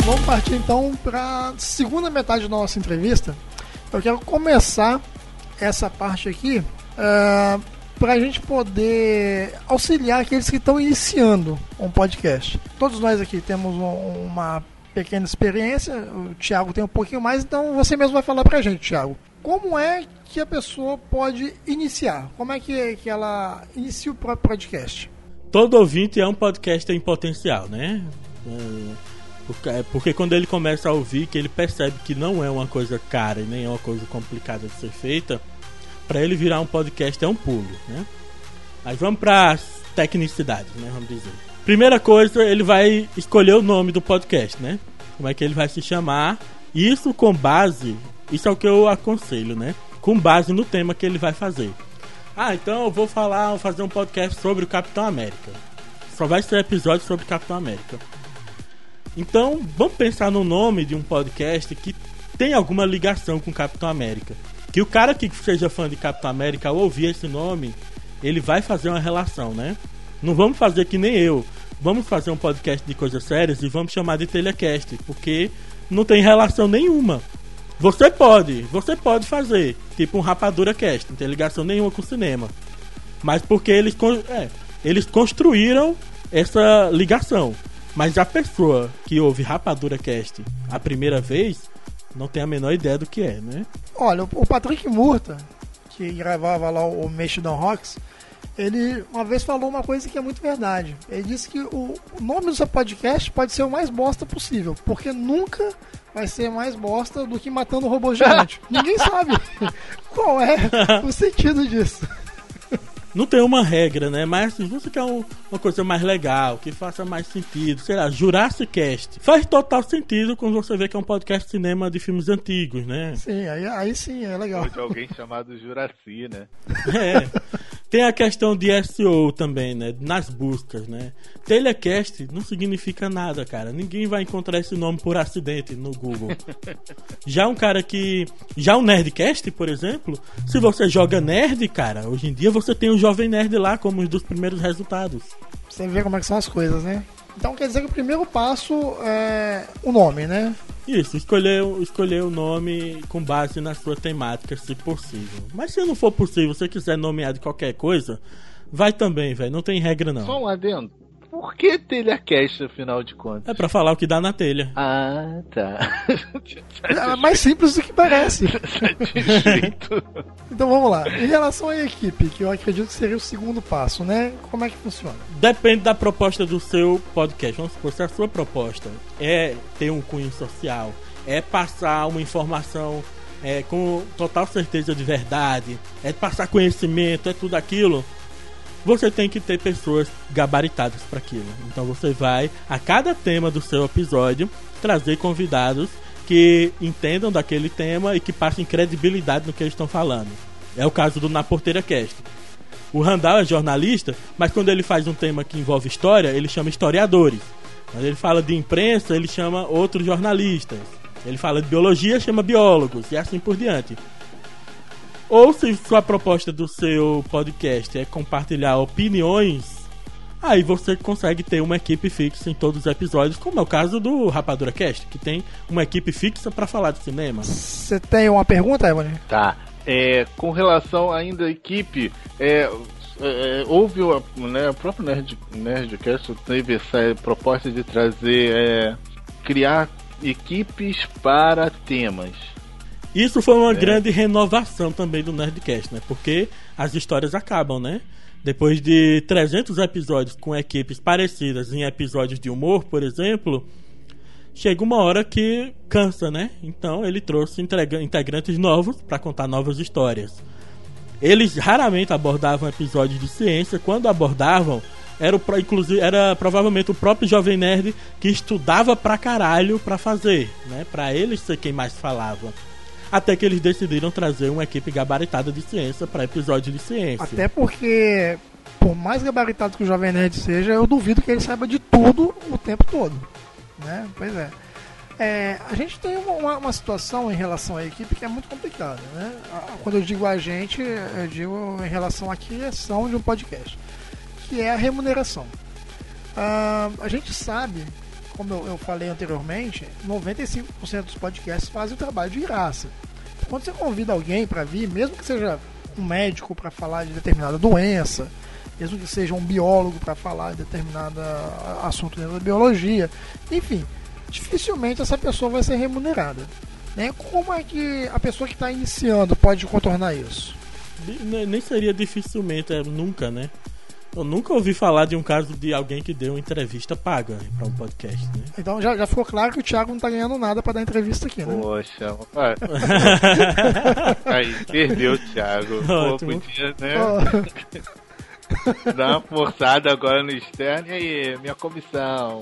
Vamos partir então para a segunda metade da nossa entrevista. Eu quero começar essa parte aqui para a gente poder auxiliar aqueles que estão iniciando um podcast. Todos nós aqui temos uma pequena experiência, o Thiago tem um pouquinho mais, então você mesmo vai falar para a gente, Thiago. Como é que a pessoa pode iniciar? Como é que ela inicia o próprio podcast? Todo ouvinte é um podcaster em potencial, né? Porque quando ele começa a ouvir, que ele percebe que não é uma coisa cara e nem é uma coisa complicada de ser feita, para ele virar um podcast é um pulo, né? Mas vamos para as tecnicidades, né? Vamos dizer. Primeira coisa, ele vai escolher o nome do podcast, né? Como é que ele vai se chamar? Isso com base, isso é o que eu aconselho, né? Com base no tema que ele vai fazer. Então eu vou fazer um podcast sobre o Capitão América. Só vai ser episódio sobre o Capitão América. Então, vamos pensar no nome de um podcast que tem alguma ligação com o Capitão América. Que o cara que seja fã de Capitão América, ao ouvir esse nome, ele vai fazer uma relação, né? Não vamos fazer que nem eu. Vamos fazer um podcast de coisas sérias e vamos chamar de Telecast, porque não tem relação nenhuma. Você pode fazer, tipo um Rapadura Cast, não tem ligação nenhuma com o cinema. Mas porque eles construíram essa ligação. Mas a pessoa que ouve Rapadura Cast a primeira vez não tem a menor ideia do que é, né? Olha, o Patrick Murta, que gravava lá o Mastodon Rocks, ele uma vez falou uma coisa que é muito verdade. Ele disse que o nome do seu podcast pode ser o mais bosta possível, porque nunca vai ser mais bosta do que Matando um Robô Gigante. Ninguém sabe qual é o sentido disso. Não tem uma regra, né? Mas assim, você quer uma coisa mais legal, que faça mais sentido. Sei lá, Jurassic Cast. Faz total sentido quando você vê que é um podcast de cinema de filmes antigos, né? Sim, aí sim, é legal. De alguém chamado Juraci, né? Tem a questão de SEO também, né? Nas buscas, né? Telecast não significa nada, cara. Ninguém vai encontrar esse nome por acidente no Google. Já um Nerdcast, por exemplo, se você joga nerd, cara, hoje em dia você tem o Jovem Nerd lá como um dos primeiros resultados. Você vê como é que são as coisas, né? Então quer dizer que o primeiro passo é o nome, né? Isso, escolher o nome com base na sua temática, se possível. Mas se não for possível, se você quiser nomear de qualquer coisa, vai também, velho. Não tem regra, não. Só um adendo. Por que Telecast, afinal de contas? É pra falar o que dá na telha. Ah, tá. É mais simples do que parece. Satisfeito. Então vamos lá. Em relação à equipe, que eu acredito que seria o segundo passo, né? Como é que funciona? Depende da proposta do seu podcast. Vamos supor, se a sua proposta é ter um cunho social, é passar uma informação com total certeza de verdade, é passar conhecimento, é tudo aquilo, você tem que ter pessoas gabaritadas para aquilo. Então você vai, a cada tema do seu episódio, trazer convidados que entendam daquele tema e que passem credibilidade no que eles estão falando. É o caso do Na Porteira Cast. O Randall é jornalista, mas quando ele faz um tema que envolve história, ele chama historiadores. Quando ele fala de imprensa, ele chama outros jornalistas. Ele fala de biologia, chama biólogos, e assim por diante. Ou se sua proposta do seu podcast é compartilhar opiniões, aí você consegue ter uma equipe fixa em todos os episódios, como é o caso do Rapadura Cast, que tem uma equipe fixa para falar de cinema. Você tem uma pergunta, Evan? Tá. Com relação ainda à equipe, houve o próprio Nerdcast teve essa proposta de trazer, criar equipes para temas. Isso foi uma grande renovação também do Nerdcast, né? Porque as histórias acabam, né? Depois de 300 episódios com equipes parecidas em episódios de humor, por exemplo, chega uma hora que cansa, né? Então ele trouxe integrantes novos para contar novas histórias. Eles raramente abordavam episódios de ciência. Quando abordavam, era provavelmente o próprio Jovem Nerd que estudava pra caralho pra fazer, né? Pra eles ser quem mais falava. Até que eles decidiram trazer uma equipe gabaritada de ciência para episódio de ciência. Até porque, por mais gabaritado que o Jovem Nerd seja, eu duvido que ele saiba de tudo o tempo todo, né? Pois é. A gente tem uma situação em relação à equipe que é muito complicada, né? Quando eu digo a gente, eu digo em relação à criação de um podcast, que é a remuneração. A gente sabe como eu falei anteriormente, 95% dos podcasts fazem o trabalho de graça. Quando você convida alguém para vir, mesmo que seja um médico para falar de determinada doença, mesmo que seja um biólogo para falar de determinado assunto dentro da biologia, enfim, dificilmente essa pessoa vai ser remunerada. Né? Como é que a pessoa que está iniciando pode contornar isso? Nem seria dificilmente, nunca, né? Eu nunca ouvi falar de um caso de alguém que deu uma entrevista paga para um podcast, né? Então já ficou claro que o Thiago não tá ganhando nada para dar entrevista aqui, né? Poxa, rapaz. Aí, perdeu o Thiago. Pô, podia, né? Dar uma forçada agora no externo. E aí, minha comissão.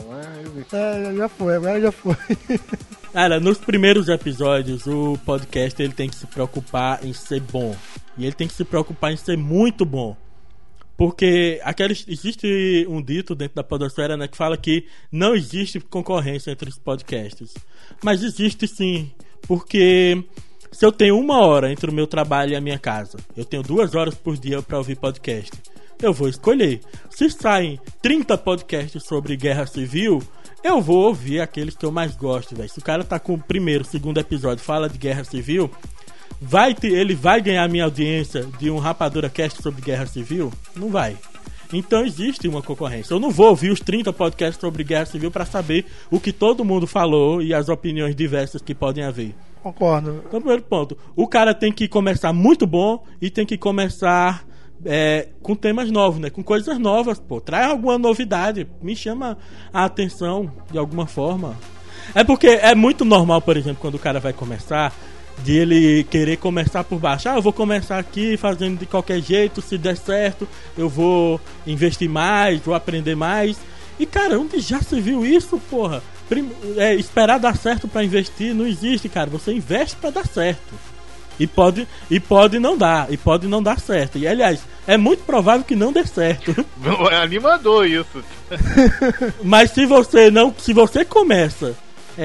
Agora já foi. Cara, nos primeiros episódios, o podcast ele tem que se preocupar em ser bom. E ele tem que se preocupar em ser muito bom. Porque existe um dito dentro da podosfera, né, que fala que não existe concorrência entre os podcasts. Mas existe sim, porque se eu tenho 1 hora entre o meu trabalho e a minha casa, eu tenho 2 horas por dia para ouvir podcast, eu vou escolher. Se saem 30 podcasts sobre guerra civil, eu vou ouvir aqueles que eu mais gosto, véio. Se o cara tá com o primeiro, segundo episódio, fala de guerra civil, ele vai ganhar minha audiência de um Rapadura Cast sobre guerra civil? Não vai. Então existe uma concorrência. Eu não vou ouvir os 30 podcasts sobre guerra civil para saber o que todo mundo falou e as opiniões diversas que podem haver. Concordo. Então, primeiro ponto, o cara tem que começar muito bom e tem que começar com temas novos, né? Com coisas novas, pô. Traz alguma novidade, me chama a atenção de alguma forma. É porque é muito normal, por exemplo, quando o cara vai começar, de ele querer começar por baixo. Eu vou começar aqui fazendo de qualquer jeito, se der certo eu vou investir mais, vou aprender mais. E cara, onde já se viu isso, porra? Esperar dar certo pra investir não existe, cara. Você investe pra dar certo. E pode não dar, certo. E aliás, é muito provável que não dê certo. É animador isso. Mas se você começa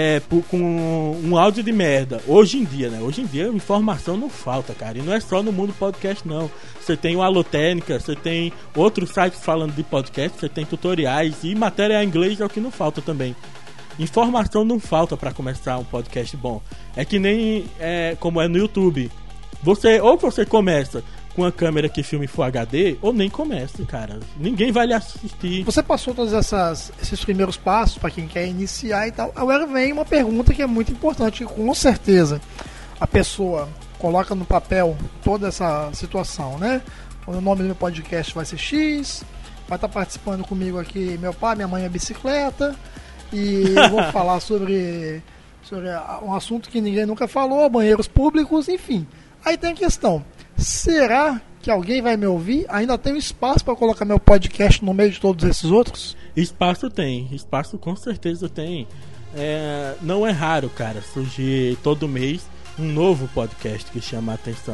com um áudio de merda, hoje em dia, né? Hoje em dia informação não falta, cara. E não é só no mundo podcast, não. Você tem o Alotênica, você tem outros sites falando de podcast, você tem tutoriais e matéria em inglês é o que não falta também. Informação não falta pra começar um podcast bom. É que nem como é no YouTube. Você começa com a câmera que filme Full HD, ou nem começa, cara. Ninguém vai lhe assistir. Você passou todos esses primeiros passos pra quem quer iniciar e tal. Agora vem uma pergunta que é muito importante, que com certeza a pessoa coloca no papel toda essa situação, né? O nome do meu podcast vai ser X, vai estar participando comigo aqui meu pai, minha mãe, a bicicleta, e eu vou falar sobre um assunto que ninguém nunca falou, banheiros públicos, enfim. Aí tem a questão: será que alguém vai me ouvir? Ainda tem espaço para colocar meu podcast no meio de todos esses outros? Espaço tem, espaço com certeza tem. Não é raro, cara, surgir todo mês um novo podcast que chama a atenção.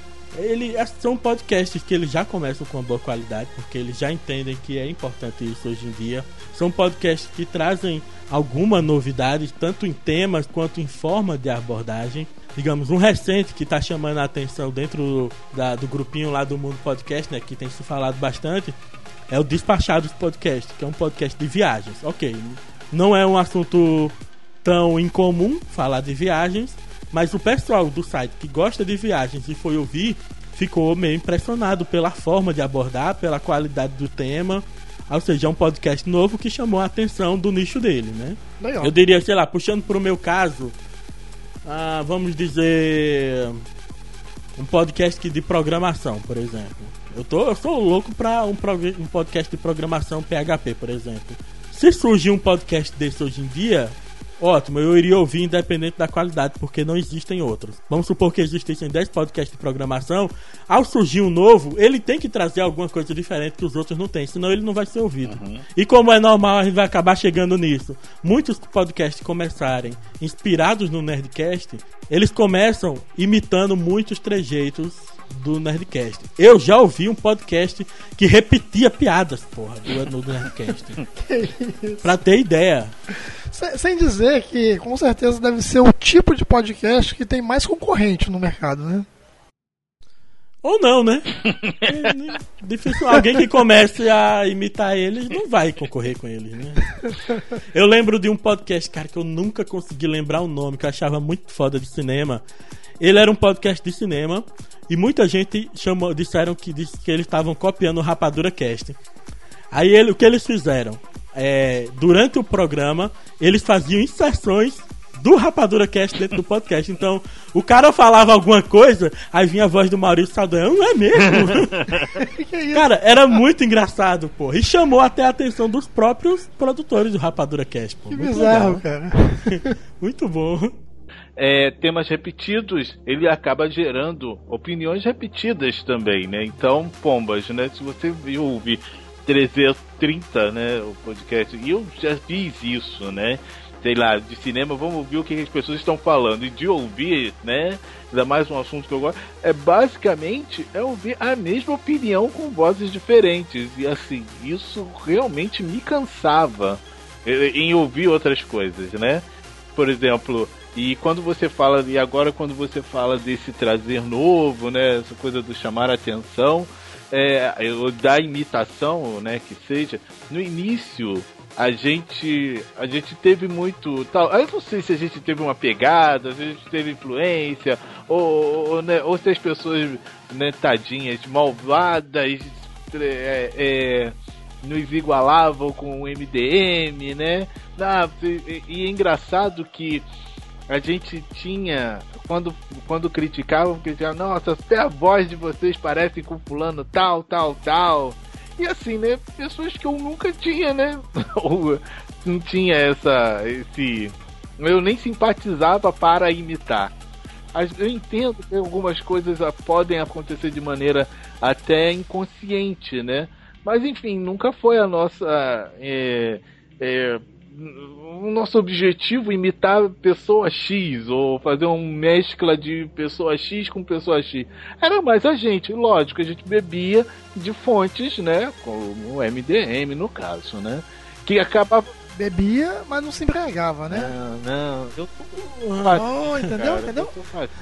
São podcasts que eles já começam com uma boa qualidade, porque eles já entendem que é importante isso hoje em dia. São podcasts que trazem alguma novidade, tanto em temas quanto em forma de abordagem. Digamos, um recente que está chamando a atenção dentro do grupinho lá do Mundo Podcast, né, que tem se falado bastante, é o Despachados Podcast, que é um podcast de viagens. Ok, não é um assunto tão incomum falar de viagens, mas o pessoal do site que gosta de viagens e foi ouvir, ficou meio impressionado pela forma de abordar, pela qualidade do tema. Ou seja, é um podcast novo que chamou a atenção do nicho dele, né? Legal. Eu diria, sei lá, puxando pro meu caso, vamos dizer, um podcast de programação, por exemplo. Eu sou louco pra um podcast de programação PHP, por exemplo. Se surgir um podcast desse hoje em dia, ótimo, eu iria ouvir independente da qualidade, porque não existem outros. Vamos supor que existissem 10 podcasts de programação. Ao surgir um novo, ele tem que trazer alguma coisa diferente que os outros não têm, senão ele não vai ser ouvido. E como é normal, a gente vai acabar chegando nisso. Muitos podcasts começarem inspirados no Nerdcast, eles começam imitando muitos trejeitos do Nerdcast. Eu já ouvi um podcast que repetia piadas, porra, no Nerdcast. Pra ter ideia. Sem dizer que com certeza deve ser o tipo de podcast que tem mais concorrente no mercado, né? Ou não, né? Difícil. Alguém que comece a imitar eles não vai concorrer com eles, né? Eu lembro de um podcast, cara, que eu nunca consegui lembrar o nome, que eu achava muito foda de cinema. Ele era um podcast de cinema e muita gente disseram que eles estavam copiando o Rapadura Cast. Aí o que eles fizeram? Durante o programa, eles faziam inserções do Rapadura Cast dentro do podcast. Então, o cara falava alguma coisa, aí vinha a voz do Maurício Saldanha. Não é mesmo? Que isso? Cara, era muito engraçado, pô. E chamou até a atenção dos próprios produtores do Rapadura Cast, pô. Que Muito bizarro, legal. cara. Muito bom. Temas repetidos, ele acaba gerando opiniões repetidas também, né? Então, pombas, né? Se você ouve 330, né, o podcast, e eu já fiz isso, né? Sei lá, de cinema, vamos ouvir o que as pessoas estão falando. E de ouvir, né? Ainda mais um assunto que eu gosto. Basicamente, ouvir a mesma opinião com vozes diferentes. E assim, isso realmente me cansava em ouvir outras coisas, né? Por exemplo, e quando você fala, e agora quando você fala desse trazer novo, né? Essa coisa do chamar a atenção, da imitação, né? Que seja, no início. A gente teve muito tal. Eu não sei se a gente teve uma pegada, se a gente teve influência, ou se as pessoas, né, tadinhas, malvadas, nos igualavam com o MDM, né? E é engraçado que a gente tinha, quando criticavam, nossa, até a voz de vocês parece com fulano tal. E assim, né, pessoas que eu nunca tinha, né, ou não tinha eu nem simpatizava para imitar. Eu entendo que algumas coisas podem acontecer de maneira até inconsciente, né, mas enfim, nunca foi a nossa, o nosso objetivo imitar pessoa X ou fazer uma mescla de pessoa X com pessoa X. Era mais a gente, lógico, a gente bebia de fontes, né, como o MDM no caso, né, que acabava... Bebia, mas não se embriagava, né? Não, eu tô... entendeu? Cara, Entendeu?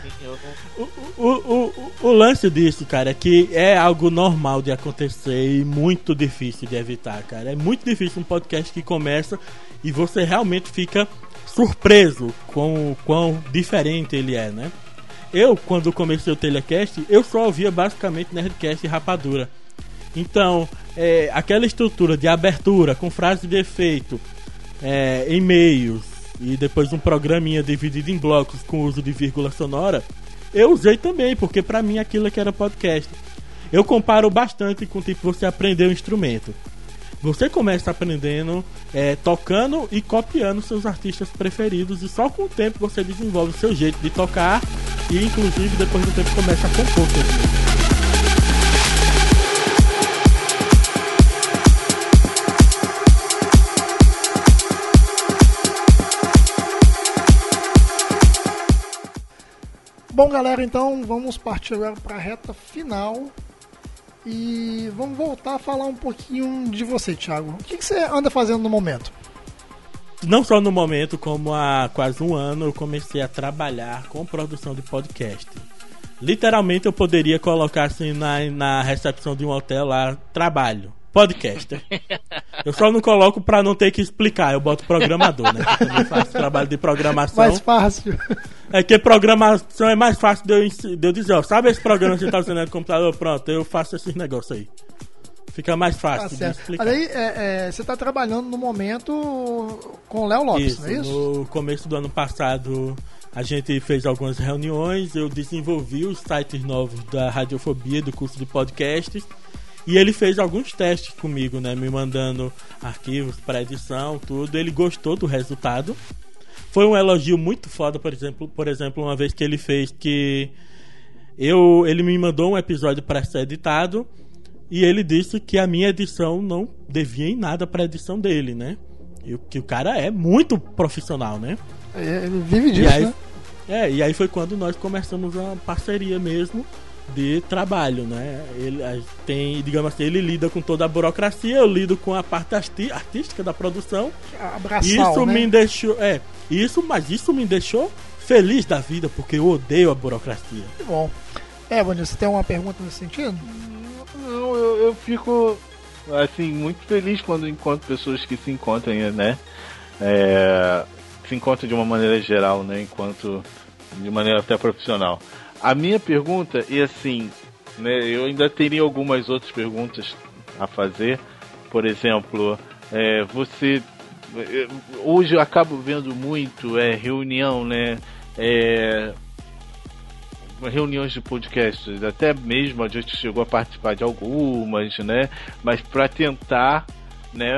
O lance disso, cara, é que é algo normal de acontecer e muito difícil de evitar, cara. É muito difícil um podcast que começa e você realmente fica surpreso com o quão diferente ele é, né? Eu, quando comecei o Telecast, eu só ouvia basicamente Nerdcast e Rapadura. Então, aquela estrutura de abertura com frase de efeito, e-mails e depois um programinha dividido em blocos com uso de vírgula sonora, eu usei também, porque pra mim aquilo é que era podcast. Eu comparo bastante com tipo você aprender um instrumento. Você começa aprendendo, tocando e copiando seus artistas preferidos, e só com o tempo você desenvolve o seu jeito de tocar e inclusive depois do tempo começa a compor seus músicas. Bom, galera, então vamos partir agora para a reta final e vamos voltar a falar um pouquinho de você, Thiago. O que você anda fazendo no momento? Não só no momento, como há quase um ano eu comecei a trabalhar com produção de podcast. Literalmente eu poderia colocar assim na recepção de um hotel lá, trabalho, podcaster. Eu só não coloco pra não ter que explicar, eu boto programador, né? Eu também faço trabalho de programação. Mais fácil. É que programação é mais fácil de eu dizer, ó, sabe esse programa que você tá usando no computador? Pronto, eu faço esses negócios aí. Fica mais fácil de explicar. Aí, você tá trabalhando no momento com o Léo Lopes, isso, não é isso? No começo do ano passado a gente fez algumas reuniões, eu desenvolvi os sites novos da Radiofobia, do curso de podcasts, e ele fez alguns testes comigo, né, me mandando arquivos para edição, tudo. Ele gostou do resultado. Foi um elogio muito foda, por exemplo, uma vez que ele fez que ele me mandou um episódio para ser editado e ele disse que a minha edição não devia em nada para a edição dele, né? E que o cara é muito profissional, né? Ele vive disso, e aí, né? E aí foi quando nós começamos uma parceria mesmo de trabalho, né? Ele tem, digamos assim, ele lida com toda a burocracia, eu lido com a parte artística da produção. Abraçal, isso, né? Me deixou, mas isso me deixou feliz da vida, porque eu odeio a burocracia. Que bom. Bonito, você tem uma pergunta nesse sentido? Não, eu fico assim muito feliz quando encontro pessoas que se encontram, né? Se encontram de uma maneira geral, né? Enquanto de maneira até profissional. A minha pergunta é assim, né? Eu ainda teria algumas outras perguntas a fazer. Por exemplo, você hoje eu acabo vendo muito reunião, né? Reuniões de podcasts, até mesmo a gente chegou a participar de algumas, né? Mas para tentar, né?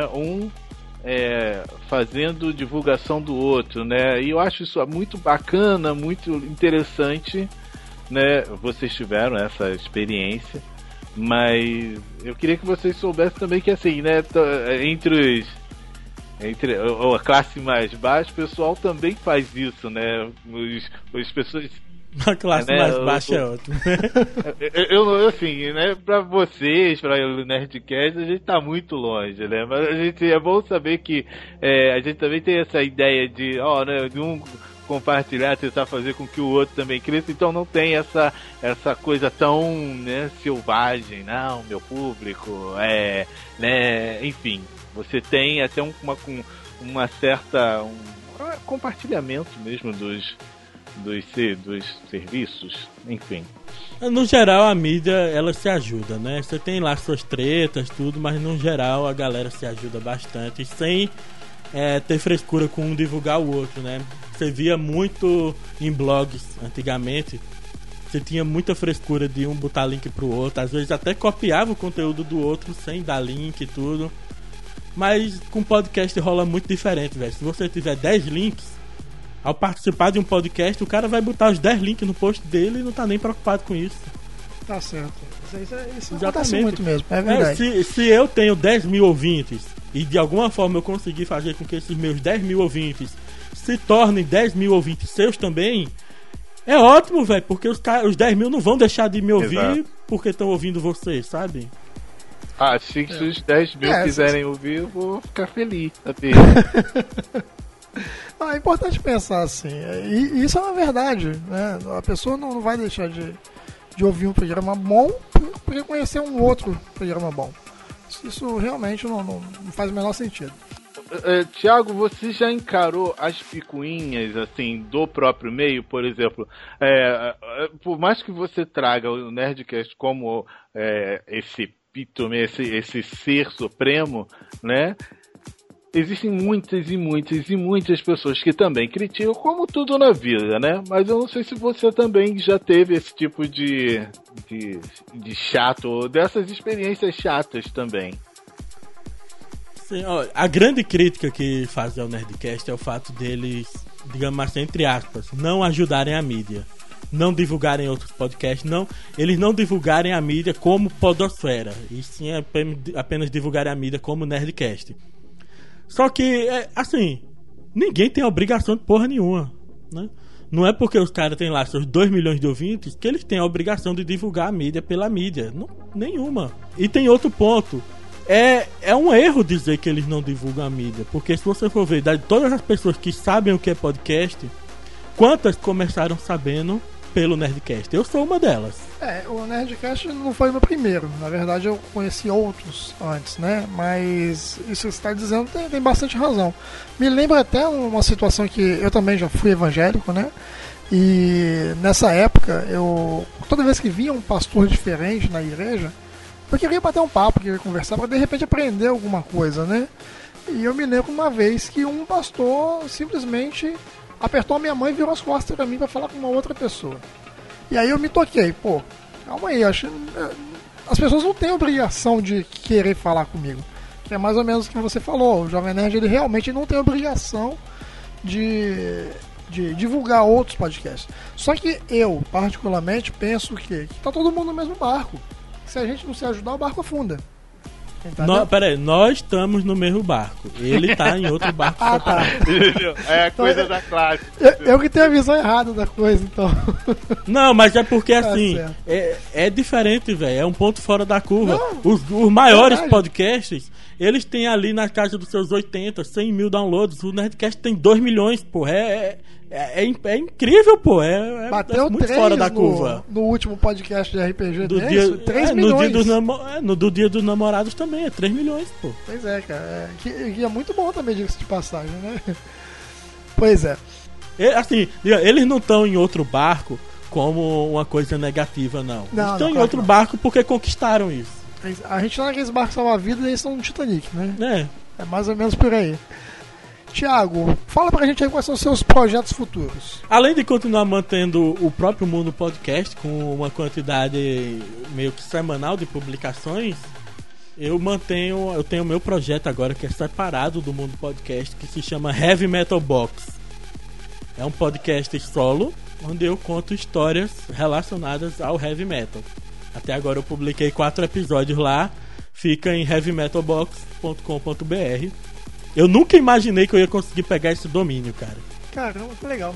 Fazendo divulgação do outro, né? E eu acho isso muito bacana, muito interessante, né? Vocês tiveram essa experiência, mas eu queria que vocês soubessem também que assim, né? Entre a classe mais baixa, o pessoal também faz isso, né? As pessoas. A classe mais baixa é outra. Eu, assim, né, pra vocês, pra o Nerdcast, a gente tá muito longe, né? Mas é bom saber que a gente também tem essa ideia de, né, de um compartilhar, tentar fazer com que o outro também cresça, então não tem essa coisa tão, né, selvagem, não, meu público, né, enfim, você tem até uma certa compartilhamento mesmo dos serviços, enfim. No geral, a mídia, ela se ajuda, né? Você tem lá suas tretas, tudo, mas no geral a galera se ajuda bastante, sem ter frescura com um divulgar o outro, né? Você via muito em blogs antigamente, você tinha muita frescura de um botar link pro outro, às vezes até copiava o conteúdo do outro sem dar link e tudo. Mas com podcast rola muito diferente, velho. Se você tiver 10 links, ao participar de um podcast, o cara vai botar os 10 links no post dele e não tá nem preocupado com isso. Tá certo. Isso acontece muito mesmo, é verdade. Se eu tenho 10 mil ouvintes e de alguma forma eu conseguir fazer com que esses meus 10 mil ouvintes se tornem 10 mil ouvintes seus também, é ótimo, velho, porque os 10 mil não vão deixar de me ouvir. Exato. Porque estão ouvindo você, sabe? Se os 10 mil quiserem ouvir, eu vou ficar feliz, sabe? É importante pensar assim, e isso é uma verdade, né? A pessoa não vai deixar de ouvir um programa bom porque conhecer um outro programa bom. Isso realmente não faz o menor sentido. Tiago, você já encarou as picuinhas assim do próprio meio, por exemplo, por mais que você traga o Nerdcast como esse epítome, esse ser supremo, né? Existem muitas pessoas que também criticam, como tudo na vida, né? Mas eu não sei se você também já teve esse tipo de chato, ou dessas experiências chatas também. Sim, a grande crítica que fazem ao Nerdcast é o fato deles, digamos assim, entre aspas, não ajudarem a mídia, não divulgarem outros podcasts, eles não divulgarem a mídia como podosfera, e sim apenas divulgarem a mídia como Nerdcast. Só que, assim, ninguém tem obrigação de porra nenhuma, né? Não é porque os caras têm lá seus 2 milhões de ouvintes que eles têm a obrigação de divulgar a mídia pela mídia. Não, nenhuma. E tem outro ponto. É um erro dizer que eles não divulgam a mídia, porque se você for ver, de todas as pessoas que sabem o que é podcast, quantas começaram sabendo pelo Nerdcast? Eu sou uma delas. O Nerdcast não foi o meu primeiro. Na verdade, eu conheci outros antes, né? Mas isso que você está dizendo tem bastante razão. Me lembra até uma situação que eu também já fui evangélico, né? E nessa época, toda vez que via um pastor diferente na igreja, eu queria bater um papo, queria conversar, para de repente aprender alguma coisa, né? E eu me lembro uma vez que um pastor simplesmente apertou a minha mão e virou as costas pra mim pra falar com uma outra pessoa. E aí eu me toquei, calma aí, as pessoas não têm obrigação de querer falar comigo. Que é mais ou menos o que você falou, o Jovem Nerd ele realmente não tem obrigação de divulgar outros podcasts. Só que eu, particularmente, penso que tá todo mundo no mesmo barco. Se a gente não se ajudar, o barco afunda. Peraí, nós estamos no mesmo barco. Ele tá em outro barco separado. É a coisa da classe. Eu que tenho a visão errada da coisa, então. Não, mas é porque assim, é diferente, velho. É um ponto fora da curva. Os maiores podcasts, Eles têm ali na casa dos seus 80, 100 mil downloads. O Nerdcast tem 2 milhões, pô. É incrível, pô. Bateu muito fora da curva. No último podcast de RPG do desse, 3 milhões. No do Dia dos Namorados também, é 3 milhões, pô. Pois é, cara. Que é muito bom também, diga-se de passagem, né? Pois é. Assim, eles não estão em outro barco como uma coisa negativa, não. Eles estão em outro barco porque conquistaram isso. A gente tá naqueles barcos salva-vidas e eles estão no Titanic, né? É mais ou menos por aí. Tiago, fala pra gente aí quais são os seus projetos futuros. Além de continuar mantendo o próprio Mundo Podcast com uma quantidade meio que semanal de publicações, eu tenho meu projeto agora que é separado do Mundo Podcast, que se chama Heavy Metal Box. É um podcast solo onde eu conto histórias relacionadas ao heavy metal. Até agora eu publiquei 4 episódios lá. Fica em heavymetalbox.com.br. Eu nunca imaginei que eu ia conseguir pegar esse domínio, cara. Caramba, que legal.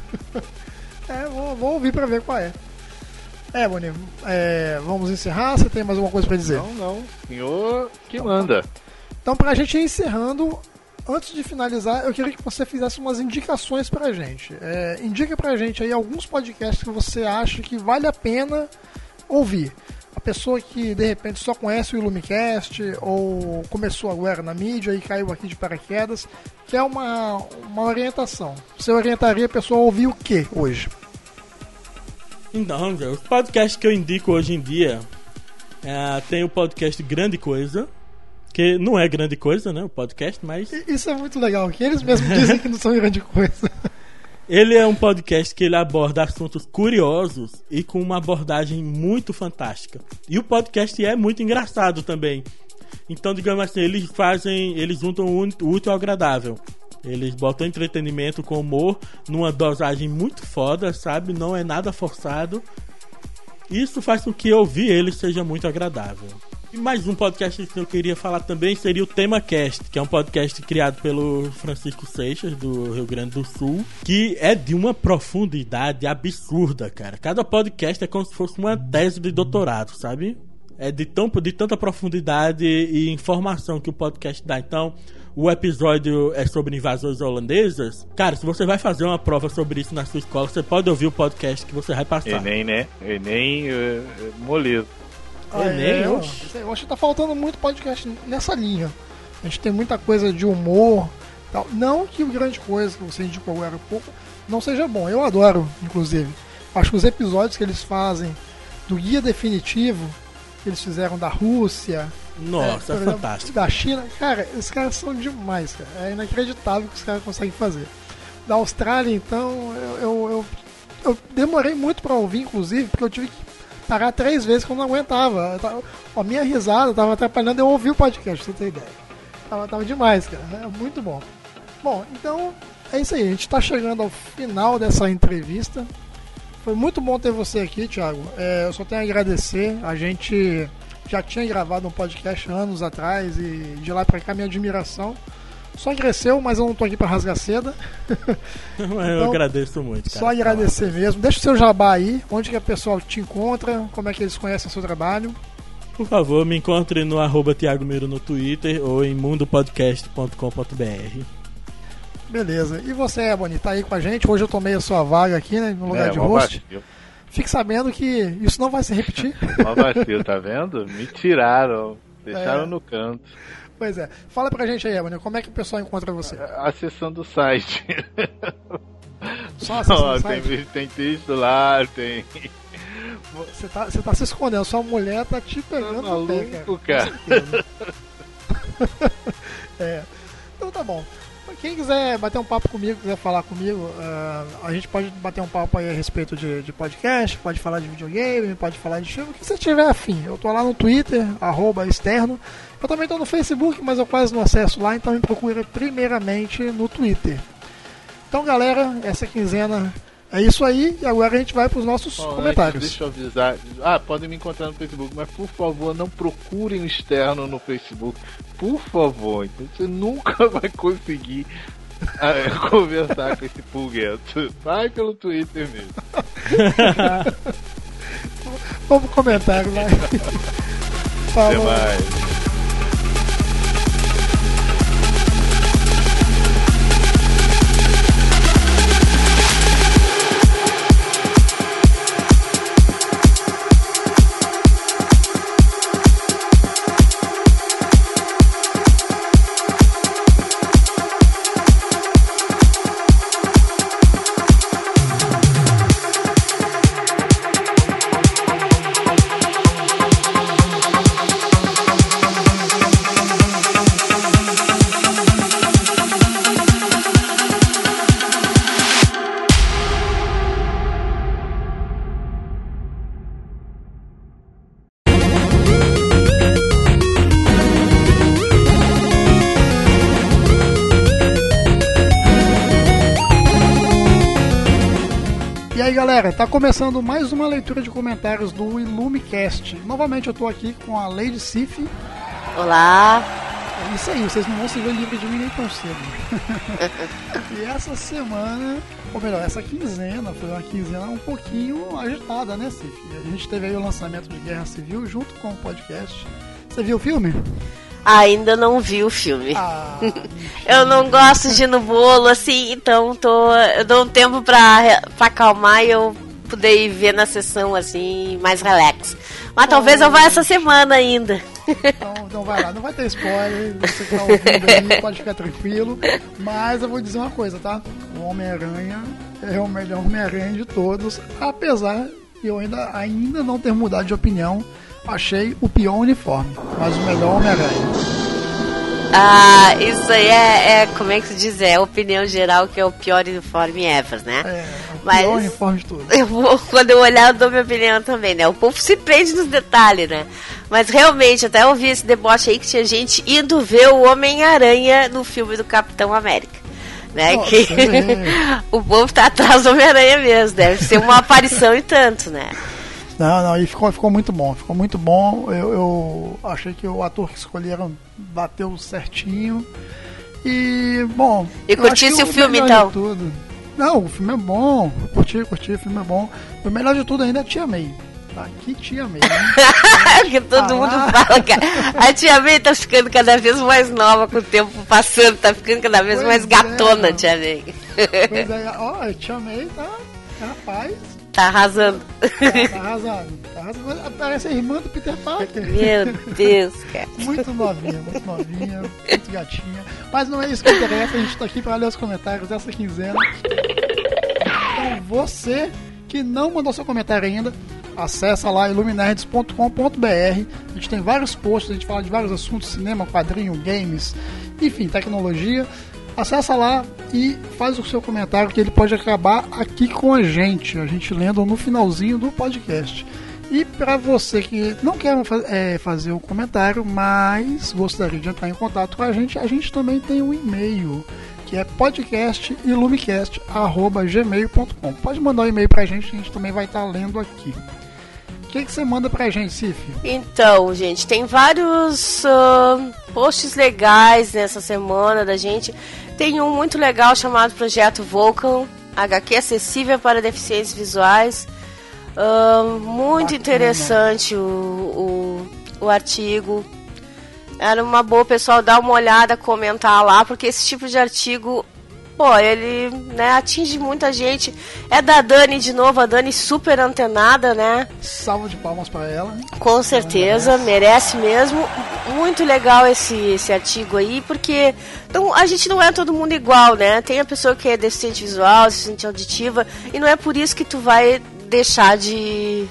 Vou ouvir pra ver qual é. Boninho, vamos encerrar? Você tem mais alguma coisa pra dizer? Não. Senhor que manda. Então, pra gente ir encerrando, antes de finalizar, eu queria que você fizesse umas indicações pra gente. Indica pra gente aí alguns podcasts que você acha que vale a pena ouvir. A pessoa que de repente só conhece o Illumicast ou começou agora na mídia e caiu aqui de paraquedas, que é uma orientação. Você orientaria a pessoa a ouvir o que hoje? Então, os podcasts que eu indico hoje em dia, tem o podcast Grande Coisa, que não é grande coisa, né, o podcast, mas... Isso é muito legal, que eles mesmos dizem que não são grande coisa. Ele é um podcast que ele aborda assuntos curiosos e com uma abordagem muito fantástica. E o podcast é muito engraçado também. Então, digamos assim, eles juntam o útil ao agradável. Eles botam entretenimento com humor numa dosagem muito foda, sabe? Não é nada forçado. Isso faz com que ouvir eles seja muito agradável. E mais um podcast que eu queria falar também seria o TemaCast, que é um podcast criado pelo Francisco Seixas, do Rio Grande do Sul, que é de uma profundidade absurda, cara. Cada podcast é como se fosse uma tese de doutorado, sabe? É de tanta profundidade e informação que o podcast dá. Então, o episódio é sobre invasões holandesas. Cara, se você vai fazer uma prova sobre isso na sua escola, você pode ouvir o podcast que você vai passar. Enem, né? Enem, moleza. Eu acho que tá faltando muito podcast nessa linha. A gente tem muita coisa de humor tal. Não que o Grande Coisa que você indicou agora há pouco não seja bom. Eu adoro, inclusive. Acho que os episódios que eles fazem do Guia Definitivo, que eles fizeram da Rússia, nossa, é fantástico, da China, cara, esses caras são demais, cara. É inacreditável o que os caras conseguem fazer. Da Austrália, então, eu demorei muito pra ouvir, inclusive, porque eu tive que parar 3 vezes que eu não aguentava. A minha risada tava atrapalhando eu ouvir o podcast, pra você ter ideia. Tava demais, cara. É muito bom. Bom, então é isso aí. A gente tá chegando ao final dessa entrevista. Foi muito bom ter você aqui, Thiago. Eu só tenho a agradecer. A gente já tinha gravado um podcast anos atrás e de lá pra cá minha admiração só cresceu, mas eu não tô aqui pra rasgar seda. Então, eu agradeço muito, cara. Só agradecer mesmo. Deixa o seu jabá aí, onde que a pessoa te encontra, como é que eles conhecem o seu trabalho. Por favor, me encontre no @Thiago Miro no Twitter ou em mundopodcast.com.br. Beleza. E você, Boni, tá aí com a gente. Hoje eu tomei a sua vaga aqui, né, no lugar de host. Fique sabendo que isso não vai se repetir. Mó vacilo, tá vendo? Me tiraram, deixaram no canto. Pois é. Fala pra gente aí, Ebony, como é que o pessoal encontra você? Acessando o site. Só acessando o site? Tem texto lá, tem... Você tá se escondendo, sua mulher tá te pegando no pé, cara. Então tá bom. Quem quiser bater um papo comigo, quiser falar comigo, a gente pode bater um papo aí a respeito de podcast, pode falar de videogame, pode falar de filme, o que você tiver afim. Eu tô lá no Twitter, @externo. Eu também tô no Facebook, mas eu quase não acesso lá, então me procura primeiramente no Twitter. Então, galera, essa quinzena é isso aí, e agora a gente vai pros nossos comentários. Deixa eu avisar. Podem me encontrar no Facebook, mas por favor, não procurem o Externo no Facebook. Por favor, então você nunca vai conseguir conversar com esse pulgueto. Vai pelo Twitter mesmo. Vamos pro comentário, vai. Até mais. aí, galera, tá começando mais uma leitura de comentários do Ilumicast. Novamente eu tô aqui com a Lady Sif. Olá. É isso aí, vocês não vão se ver livre de mim nem tão cedo. E essa semana, ou melhor, essa quinzena, foi uma quinzena um pouquinho agitada, né, Sif? A gente teve aí o lançamento de Guerra Civil junto com o podcast. Você viu o filme? Ainda não vi o filme. Eu não gosto de ir no bolo, assim, então eu dou um tempo pra acalmar e eu poder ir ver na sessão, assim, mais relax. Mas talvez eu vá essa semana ainda. Então vai lá, não vai ter spoiler, você que tá ouvindo aí pode ficar tranquilo. Mas eu vou dizer uma coisa, tá? O Homem-Aranha é o melhor Homem-Aranha de todos, apesar de eu ainda não ter mudado de opinião. Achei o pior uniforme, mas o melhor Homem-Aranha. Ah, isso aí como é que se diz? É a opinião geral que é o pior uniforme ever, né? O pior uniforme de tudo. Quando eu olhar, eu dou minha opinião também, né? O povo se prende nos detalhes, né? Mas realmente, até eu vi esse deboche aí que tinha gente indo ver o Homem-Aranha no filme do Capitão América. Né? Que o povo tá atrás do Homem-Aranha mesmo, deve ser uma aparição e tanto, né? Não, e ficou muito bom, eu achei que o ator que escolheram bateu certinho. E, bom... E curtisse o filme, então? Não, o filme é bom, curti, o filme é bom. O melhor de tudo ainda é a Tia May. Tá? Que Tia May, né? Que todo mundo fala, cara. A Tia May tá ficando cada vez mais nova com o tempo passando, tá ficando cada vez mais gatona, Tia May. Pois é, ó, a Tia May tá, rapaz... Tá arrasando. Tá arrasando. Parece a irmã do Peter Parker. Meu Deus, cara. Muito novinha, muito gatinha. Mas não é isso que interessa, a gente tá aqui pra ler os comentários dessa quinzena. Então você que não mandou seu comentário ainda, acessa lá iluminerds.com.br. A gente tem vários posts, a gente fala de vários assuntos, cinema, quadrinho, games, enfim, tecnologia. Acessa lá e faz o seu comentário que ele pode acabar aqui com a gente lendo no finalzinho do podcast. E para você que não quer fazer um comentário, mas gostaria de entrar em contato com a gente também tem um e-mail, que é podcastilumicast@gmail.com. Pode mandar um e-mail pra gente, a gente também vai estar lendo aqui. O que você manda pra gente, Sif? Então, gente, tem vários posts legais nessa semana da gente. Tem um muito legal chamado Projeto Vulcan, HQ acessível para deficientes visuais. Muito interessante o artigo. Era uma boa, pessoal, dar uma olhada, comentar lá, porque esse tipo de artigo... Pô, ele, né, atinge muita gente. É da Dani de novo, a Dani super antenada, né? Salva de palmas para ela. Com certeza, merece mesmo. Muito legal esse artigo aí, porque então, a gente não é todo mundo igual, né? Tem a pessoa que é deficiente visual, deficiente auditiva, e não é por isso que tu vai deixar de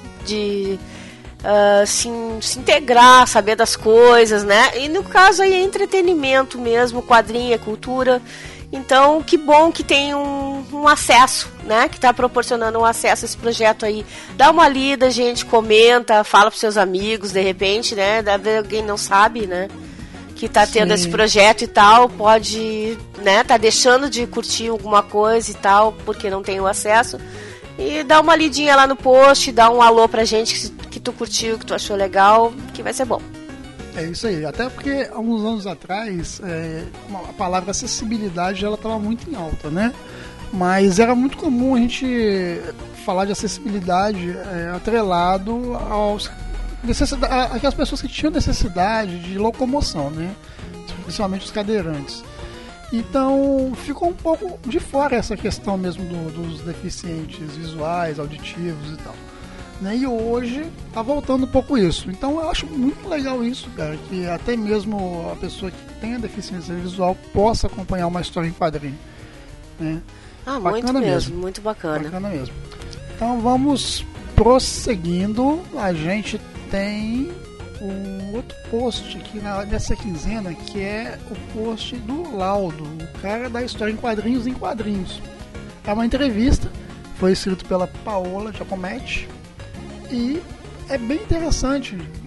se integrar, saber das coisas, né? E no caso aí é entretenimento mesmo, quadrinho, é cultura. Então, que bom que tem um acesso, né? Que está proporcionando um acesso a esse projeto aí. Dá uma lida, gente, comenta, fala pros seus amigos, de repente, né? Alguém não sabe, né? Que tá tendo esse projeto e tal, pode, né? Tá deixando de curtir alguma coisa e tal, porque não tem o acesso. E dá uma lidinha lá no post, dá um alô pra gente que tu curtiu, que tu achou legal, que vai ser bom. É isso aí, até porque há uns anos atrás a palavra acessibilidade ela estava muito em alta, né? Mas era muito comum a gente falar de acessibilidade atrelado àquelas pessoas que tinham necessidade de locomoção, né? Principalmente os cadeirantes. Então ficou um pouco de fora essa questão mesmo dos deficientes visuais, auditivos e tal. Né? E hoje tá voltando um pouco isso. Então eu acho muito legal isso, cara, que até mesmo a pessoa que tem a deficiência visual possa acompanhar uma história em quadrinho. Né? Muito mesmo, muito bacana. Bacana mesmo. Então vamos prosseguindo. A gente tem um outro post aqui nessa quinzena, que é o post do Laudo, o cara da história em quadrinhos. É uma entrevista, foi escrito pela Paola Giacometti. E é bem interessante.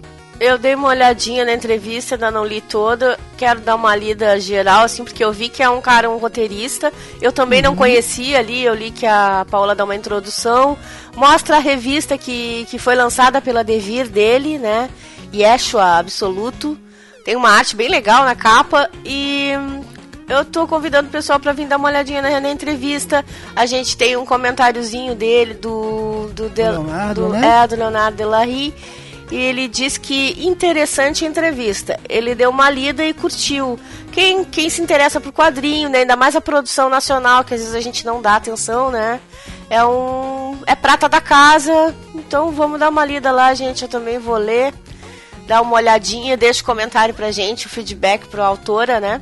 Eu dei uma olhadinha na entrevista, ainda não li toda. Quero dar uma lida geral, assim, porque eu vi que é um roteirista. Eu também não conhecia ali, eu li que a Paola dá uma introdução. Mostra a revista que foi lançada pela Devir dele, né? Yeshua Absoluto. Tem uma arte bem legal na capa e eu tô convidando o pessoal para vir dar uma olhadinha na entrevista. A gente tem um comentáriozinho dele do Leonardo Delarry. E ele diz que interessante a entrevista. Ele deu uma lida e curtiu. Quem se interessa por quadrinho, né? Ainda mais a produção nacional, que às vezes a gente não dá atenção, né? É prata da casa. Então vamos dar uma lida lá, gente. Eu também vou ler. Dar uma olhadinha, deixa o comentário pra gente, o feedback pra autora, né?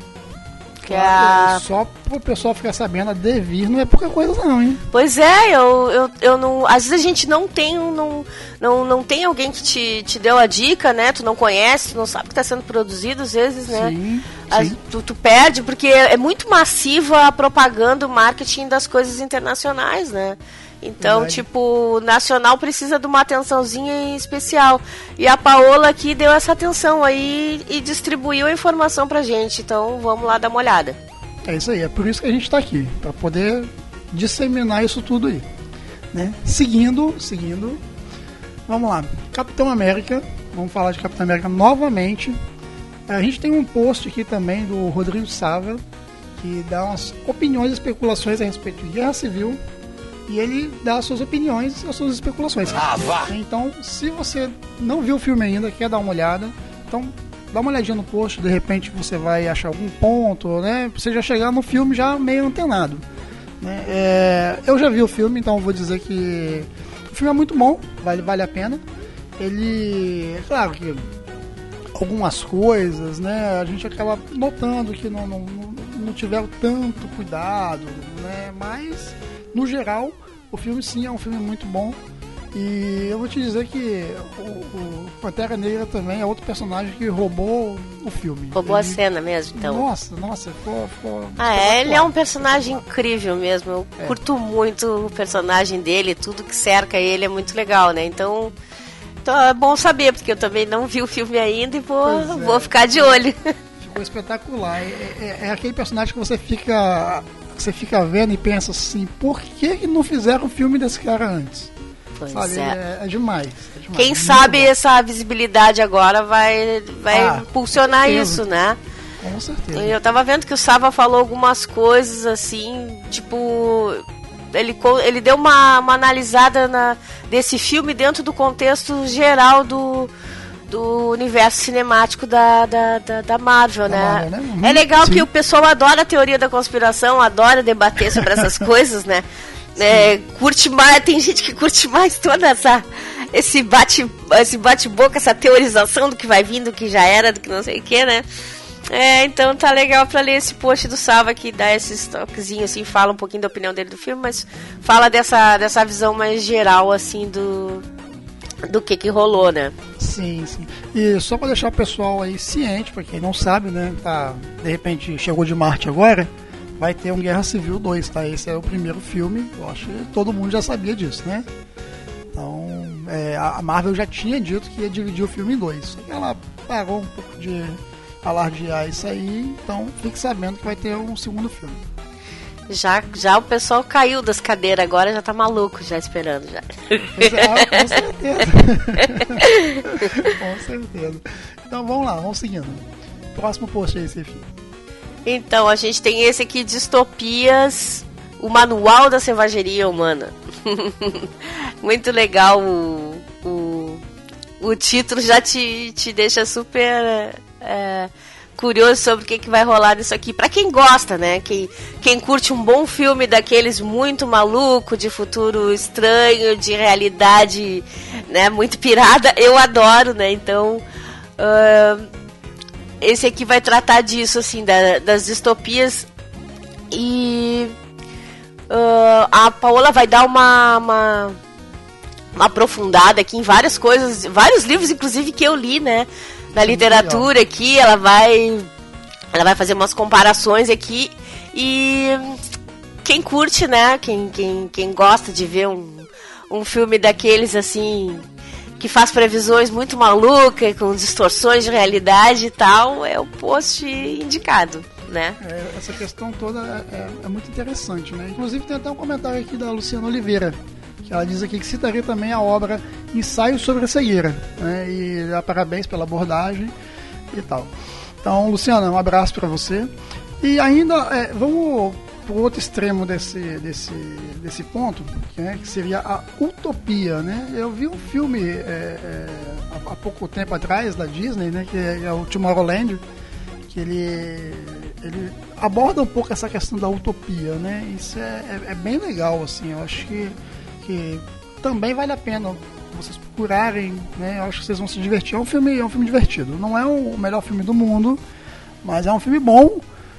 Só pro pessoal ficar sabendo, a Devir não é pouca coisa não, hein? Pois é, eu não. Às vezes a gente não tem tem alguém que te deu a dica, né? Tu não conhece, tu não sabe o que está sendo produzido, às vezes, né? Sim. Tu perde, porque é muito massiva a propaganda, o marketing das coisas internacionais, né? Então, Verdade. tipo, o nacional precisa de uma atençãozinha especial. E a Paola aqui deu essa atenção aí e distribuiu a informação pra gente. Então, vamos lá dar uma olhada. É isso aí, é por isso que a gente tá aqui, para poder disseminar isso tudo aí, né? Seguindo, vamos lá. Capitão América, vamos falar de Capitão América novamente. A gente tem um post aqui também do Rodrigo Sava, que dá umas opiniões e especulações a respeito de Guerra Civil. E ele dá as suas opiniões e as suas especulações. Então, se você não viu o filme ainda, quer dar uma olhada, então dá uma olhadinha no post, de repente você vai achar algum ponto, né? Pra você já chegar no filme já meio antenado, né? Eu já vi o filme, então vou dizer que o filme é muito bom, vale a pena. Ele, é claro que algumas coisas, né? A gente acaba notando que não tiveram tanto cuidado, né? Mas no geral, o filme sim é um filme muito bom. E eu vou te dizer que o Pantera Negra também é outro personagem que roubou o filme. Roubou a cena mesmo, então. Nossa, ficou ele é um personagem incrível mesmo. Eu curto muito o personagem dele, tudo que cerca ele é muito legal, né? Então é bom saber, porque eu também não vi o filme ainda e vou ficar de olho. Ficou espetacular. É aquele personagem que você fica vendo e pensa assim, por que não fizeram um filme desse cara antes? Pois sabe, é demais. Quem sabe essa visibilidade agora vai impulsionar isso, né? Com certeza. Eu tava vendo que o Sava falou algumas coisas assim, tipo, ele deu uma analisada desse filme dentro do contexto geral do universo cinemático da Marvel, né? Marvel, né? Uhum. É legal Sim. que o pessoal adora a teoria da conspiração, adora debater sobre essas coisas, né? Curte mais, tem gente que curte mais toda esse bate-boca, essa teorização do que vai vindo, do que já era, do que não sei o que, né? Então tá legal pra ler esse post do Sava que dá esses toquezinhos, assim, fala um pouquinho da opinião dele do filme, mas fala dessa visão mais geral, assim, do que rolou, né? Sim. E só para deixar o pessoal aí ciente, pra quem não sabe, né? De repente chegou de Marte agora, vai ter um Guerra Civil 2, tá? Esse é o primeiro filme, eu acho que todo mundo já sabia disso, né? Então, a Marvel já tinha dito que ia dividir o filme em dois, só que ela parou um pouco de alardear isso aí, então fique sabendo que vai ter um segundo filme. Já o pessoal caiu das cadeiras agora, já tá maluco, já esperando já. Com certeza. Com certeza. Então vamos lá, vamos seguindo. Próximo post aí, Cefi. Então, a gente tem esse aqui, Distopias, o Manual da Selvageria Humana. Muito legal, o título já te deixa super curioso sobre o que vai rolar nisso aqui. Pra quem gosta, né? Quem curte um bom filme daqueles muito maluco, de futuro estranho, de realidade, né, muito pirada, eu adoro, né? Então, esse aqui vai tratar disso, assim, das distopias. E a Paola vai dar uma aprofundada aqui em várias coisas, vários livros, inclusive, que eu li, né? Da literatura aqui, ela vai fazer umas comparações aqui. E quem curte, né? Quem gosta de ver um filme daqueles, assim, que faz previsões muito malucas, com distorções de realidade e tal, é o post indicado, né? Essa questão toda é muito interessante, né? Inclusive tem até um comentário aqui da Luciana Oliveira, que ela diz aqui que citaria também a obra Ensaio sobre a Cegueira, né? E dá parabéns pela abordagem e tal. Então, Luciana, um abraço para você. E ainda, vamos para o outro extremo desse ponto, né, que seria a utopia, né? Eu vi um filme há pouco tempo atrás da Disney, né, que é o Tomorrowland, que ele aborda um pouco essa questão da utopia, né? Isso é bem legal, assim. Eu acho que também vale a pena vocês procurarem, né? Eu acho que vocês vão se divertir. É um filme divertido. Não é o melhor filme do mundo, mas é um filme bom.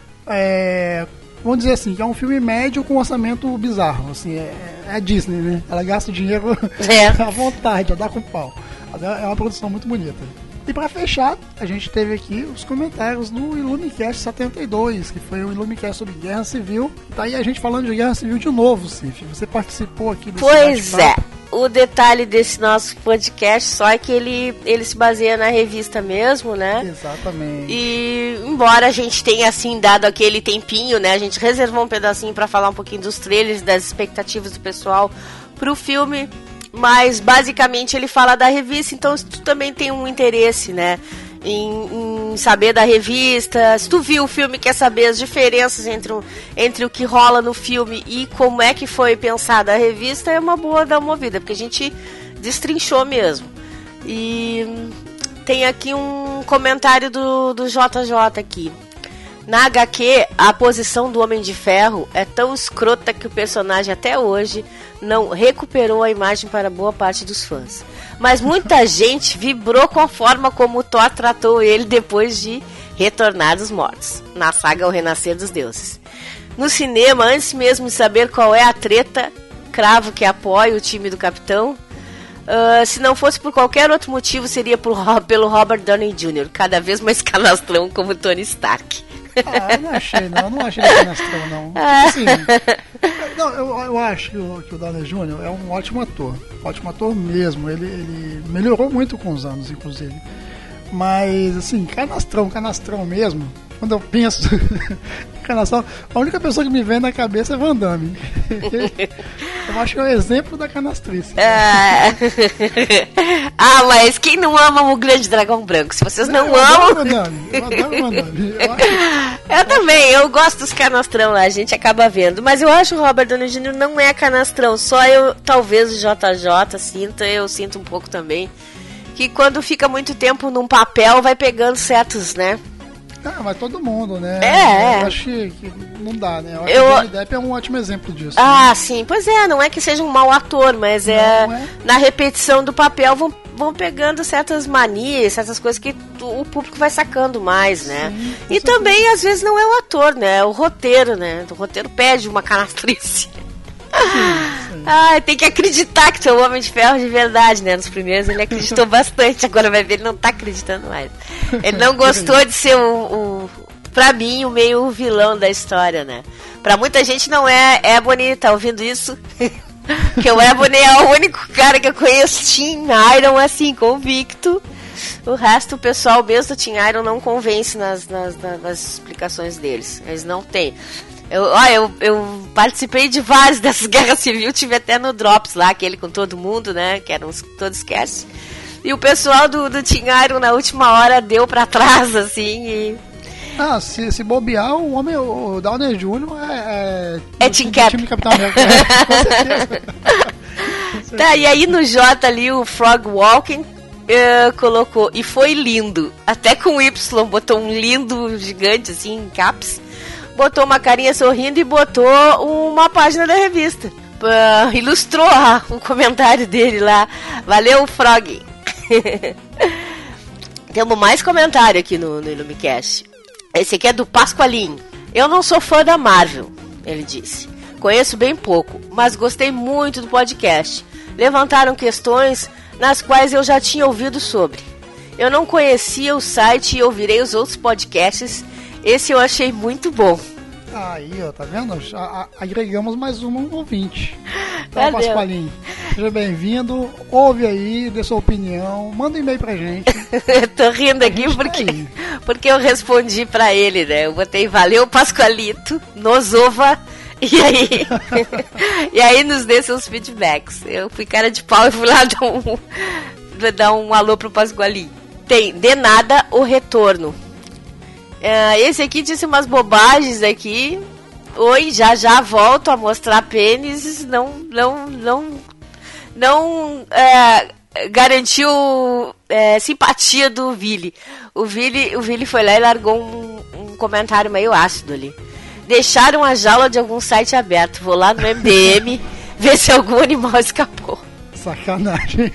Vamos dizer assim, que é um filme médio com orçamento bizarro. Assim, é a Disney, né? Ela gasta dinheiro à vontade, ela dá com pau. É uma produção muito bonita. E para fechar, a gente teve aqui os comentários do Ilumicast 72, que foi o Ilumicast sobre Guerra Civil. Tá aí a gente falando de Guerra Civil de novo, Cif. Você participou aqui desse Pois é. O detalhe desse nosso podcast só é que ele se baseia na revista mesmo, né? Exatamente. E embora a gente tenha, assim, dado aquele tempinho, né? A gente reservou um pedacinho para falar um pouquinho dos trailers, das expectativas do pessoal pro filme. Mas basicamente ele fala da revista, então se tu também tem um interesse, né, em saber da revista, se tu viu o filme e quer saber as diferenças entre o que rola no filme e como é que foi pensada a revista, é uma boa dar uma ouvida, porque a gente destrinchou mesmo. E tem aqui um comentário do JJ aqui. Na HQ, a posição do Homem de Ferro é tão escrota que o personagem até hoje não recuperou a imagem para boa parte dos fãs. Mas muita gente vibrou com a forma como o Thor tratou ele depois de retornar dos mortos, na saga O Renascer dos Deuses. No cinema, antes mesmo de saber qual é a treta, cravo que apoia o time do Capitão. Se não fosse por qualquer outro motivo, seria pelo Robert Downey Jr., cada vez mais canastrão como Tony Stark. Não achei ele canastrão, não. Assim, eu acho que o Downey Jr. é um ótimo ator mesmo. Ele melhorou muito com os anos, inclusive. Mas, assim, canastrão mesmo. Quando eu penso em canastrão, a única pessoa que me vem na cabeça é Van Damme. Eu acho que é o exemplo da canastrice. Mas quem não ama o Grande Dragão Branco? Se vocês não amam... Eu adoro Van Damme. Eu também, eu gosto dos canastrão lá, a gente acaba vendo. Mas eu acho que o Robert Downey Jr. não é canastrão. Só talvez o JJ sinta, eu sinto um pouco também. Que quando fica muito tempo num papel, vai pegando certos, né? Mas todo mundo, né? Eu acho que não dá, né? Eu acho que o Johnny Depp é um ótimo exemplo disso. Né? Sim, pois não é que seja um mau ator, mas na repetição do papel vão pegando certas manias, certas coisas que o público vai sacando mais, né? Sim, e também, às vezes, não é o ator, né? É o roteiro, né? O roteiro pede uma canastrice. Sim. Tem que acreditar que tu é o Homem de Ferro de verdade, né? Nos primeiros ele acreditou bastante, agora vai ver, ele não tá acreditando mais. Ele não gostou de ser pra mim, o meio vilão da história, né? Pra muita gente não é Ebony, tá ouvindo isso? Que o Ebony é o único cara que eu conheço Team Iron, assim, convicto. O resto, o pessoal mesmo do Team Iron não convence nas explicações deles. Eles não têm. Eu participei de várias dessas guerras civis, tive até no Drops lá, aquele com todo mundo, né, que eram todos cast. E o pessoal do Team Iron na última hora deu pra trás, assim, e... se bobear, o Downey Jr. é Team Cap. Time Capitão América, com certeza. Tá, e aí no J ali, o Frog Walking colocou, e foi lindo, até com Y, botou um lindo gigante, assim, em caps. Botou uma carinha sorrindo e botou uma página da revista. Ilustrou o comentário dele lá. Valeu, Frog. Temos mais comentário aqui no Ilumicast. Esse aqui é do Pasqualinho. Eu não sou fã da Marvel, ele disse. Conheço bem pouco, mas gostei muito do podcast. Levantaram questões nas quais eu já tinha ouvido sobre. Eu não conhecia o site e ouvirei os outros podcasts. Esse eu achei muito bom. Aí, ó, tá vendo? Agregamos mais um ouvinte. Então, Pasqualinho, seja bem-vindo. Ouve aí, dê sua opinião. Manda um e-mail pra gente. Tô rindo aqui porque eu respondi pra ele, né? Eu botei valeu, Pasqualito, Nosova. E aí nos dê seus feedbacks. Eu fui cara de pau e fui lá dar um alô pro Pasqualinho. Tem de nada o retorno. Esse aqui disse umas bobagens aqui. Oi, já volto a mostrar pênis. Não garantiu simpatia do Vili. O Vili foi lá e largou um comentário meio ácido ali. Deixaram a jaula de algum site aberto. Vou lá no MDM ver se algum animal escapou. Sacanagem.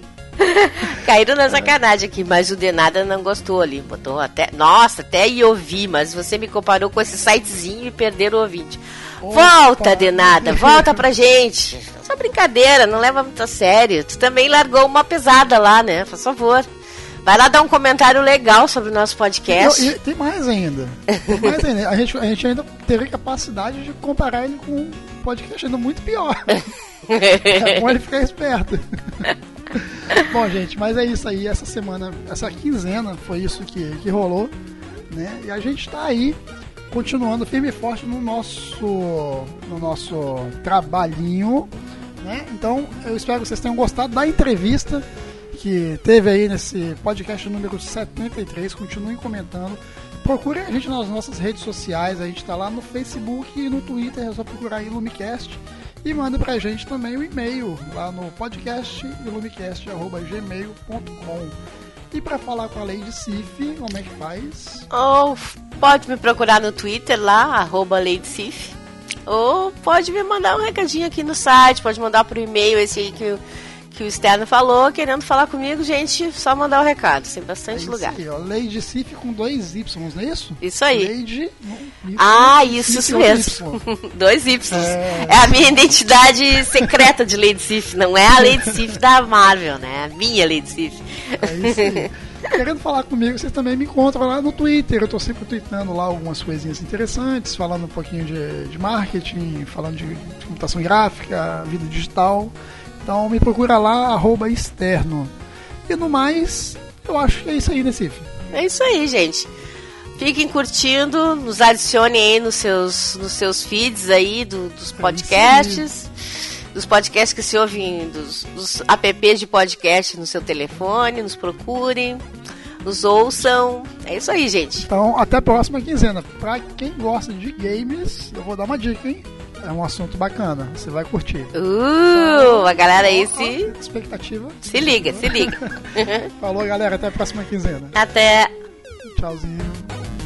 Caíram na sacanagem aqui, mas o Denada não gostou ali. Botou até. Nossa, até ia ouvir, mas você me comparou com esse sitezinho e perderam o ouvinte. Volta, Denada, volta pra gente. É só brincadeira, não leva muito a sério. Tu também largou uma pesada lá, né? Por favor. Vai lá dar um comentário legal sobre o nosso podcast. E tem mais ainda. A gente ainda teve capacidade de comparar ele com um podcast ainda muito pior. É bom ele ficar esperto. Bom, gente, mas é isso aí. Essa semana, essa quinzena, foi isso que rolou, né? E a gente tá aí, continuando firme e forte no nosso trabalhinho, né? Então, eu espero que vocês tenham gostado da entrevista que teve aí nesse podcast número 73. Continuem comentando. Procurem a gente nas nossas redes sociais. A gente tá lá no Facebook e no Twitter. É só procurar aí Lumicast. E manda pra gente também um e-mail lá no podcast ilumicast@gmail.com. E pra falar com a Lady Sif, como é que faz? Ou pode me procurar no Twitter lá, @Lady Sif. Ou pode me mandar um recadinho aqui no site, pode mandar pro e-mail esse aí que o Externo falou, querendo falar comigo, gente, só mandar o recado, tem bastante lugar. Aí, ó, Lady Sif com 2 Y, não é isso? Isso aí. Lady, isso mesmo. 2 Y. É a minha identidade secreta de Lady Sif, não é a Lady Sif da Marvel, né? A minha Lady Sif. É isso aí. Querendo falar comigo, vocês também me encontram lá no Twitter. Eu tô sempre tweetando lá algumas coisinhas interessantes, falando um pouquinho de marketing, falando de computação gráfica, vida digital. Então me procura lá, @externo. E no mais, eu acho que é isso aí, né, Cif? É isso aí, gente. Fiquem curtindo, nos adicionem aí nos seus feeds aí dos podcasts. Dos podcasts que se ouvem, dos apps de podcast no seu telefone, nos procurem, nos ouçam. É isso aí, gente. Então, até a próxima quinzena. Pra quem gosta de games, eu vou dar uma dica, hein? É um assunto bacana, você vai curtir. A galera aí expectativa. Se liga. Falou, galera, até a próxima quinzena. Até. Tchauzinho.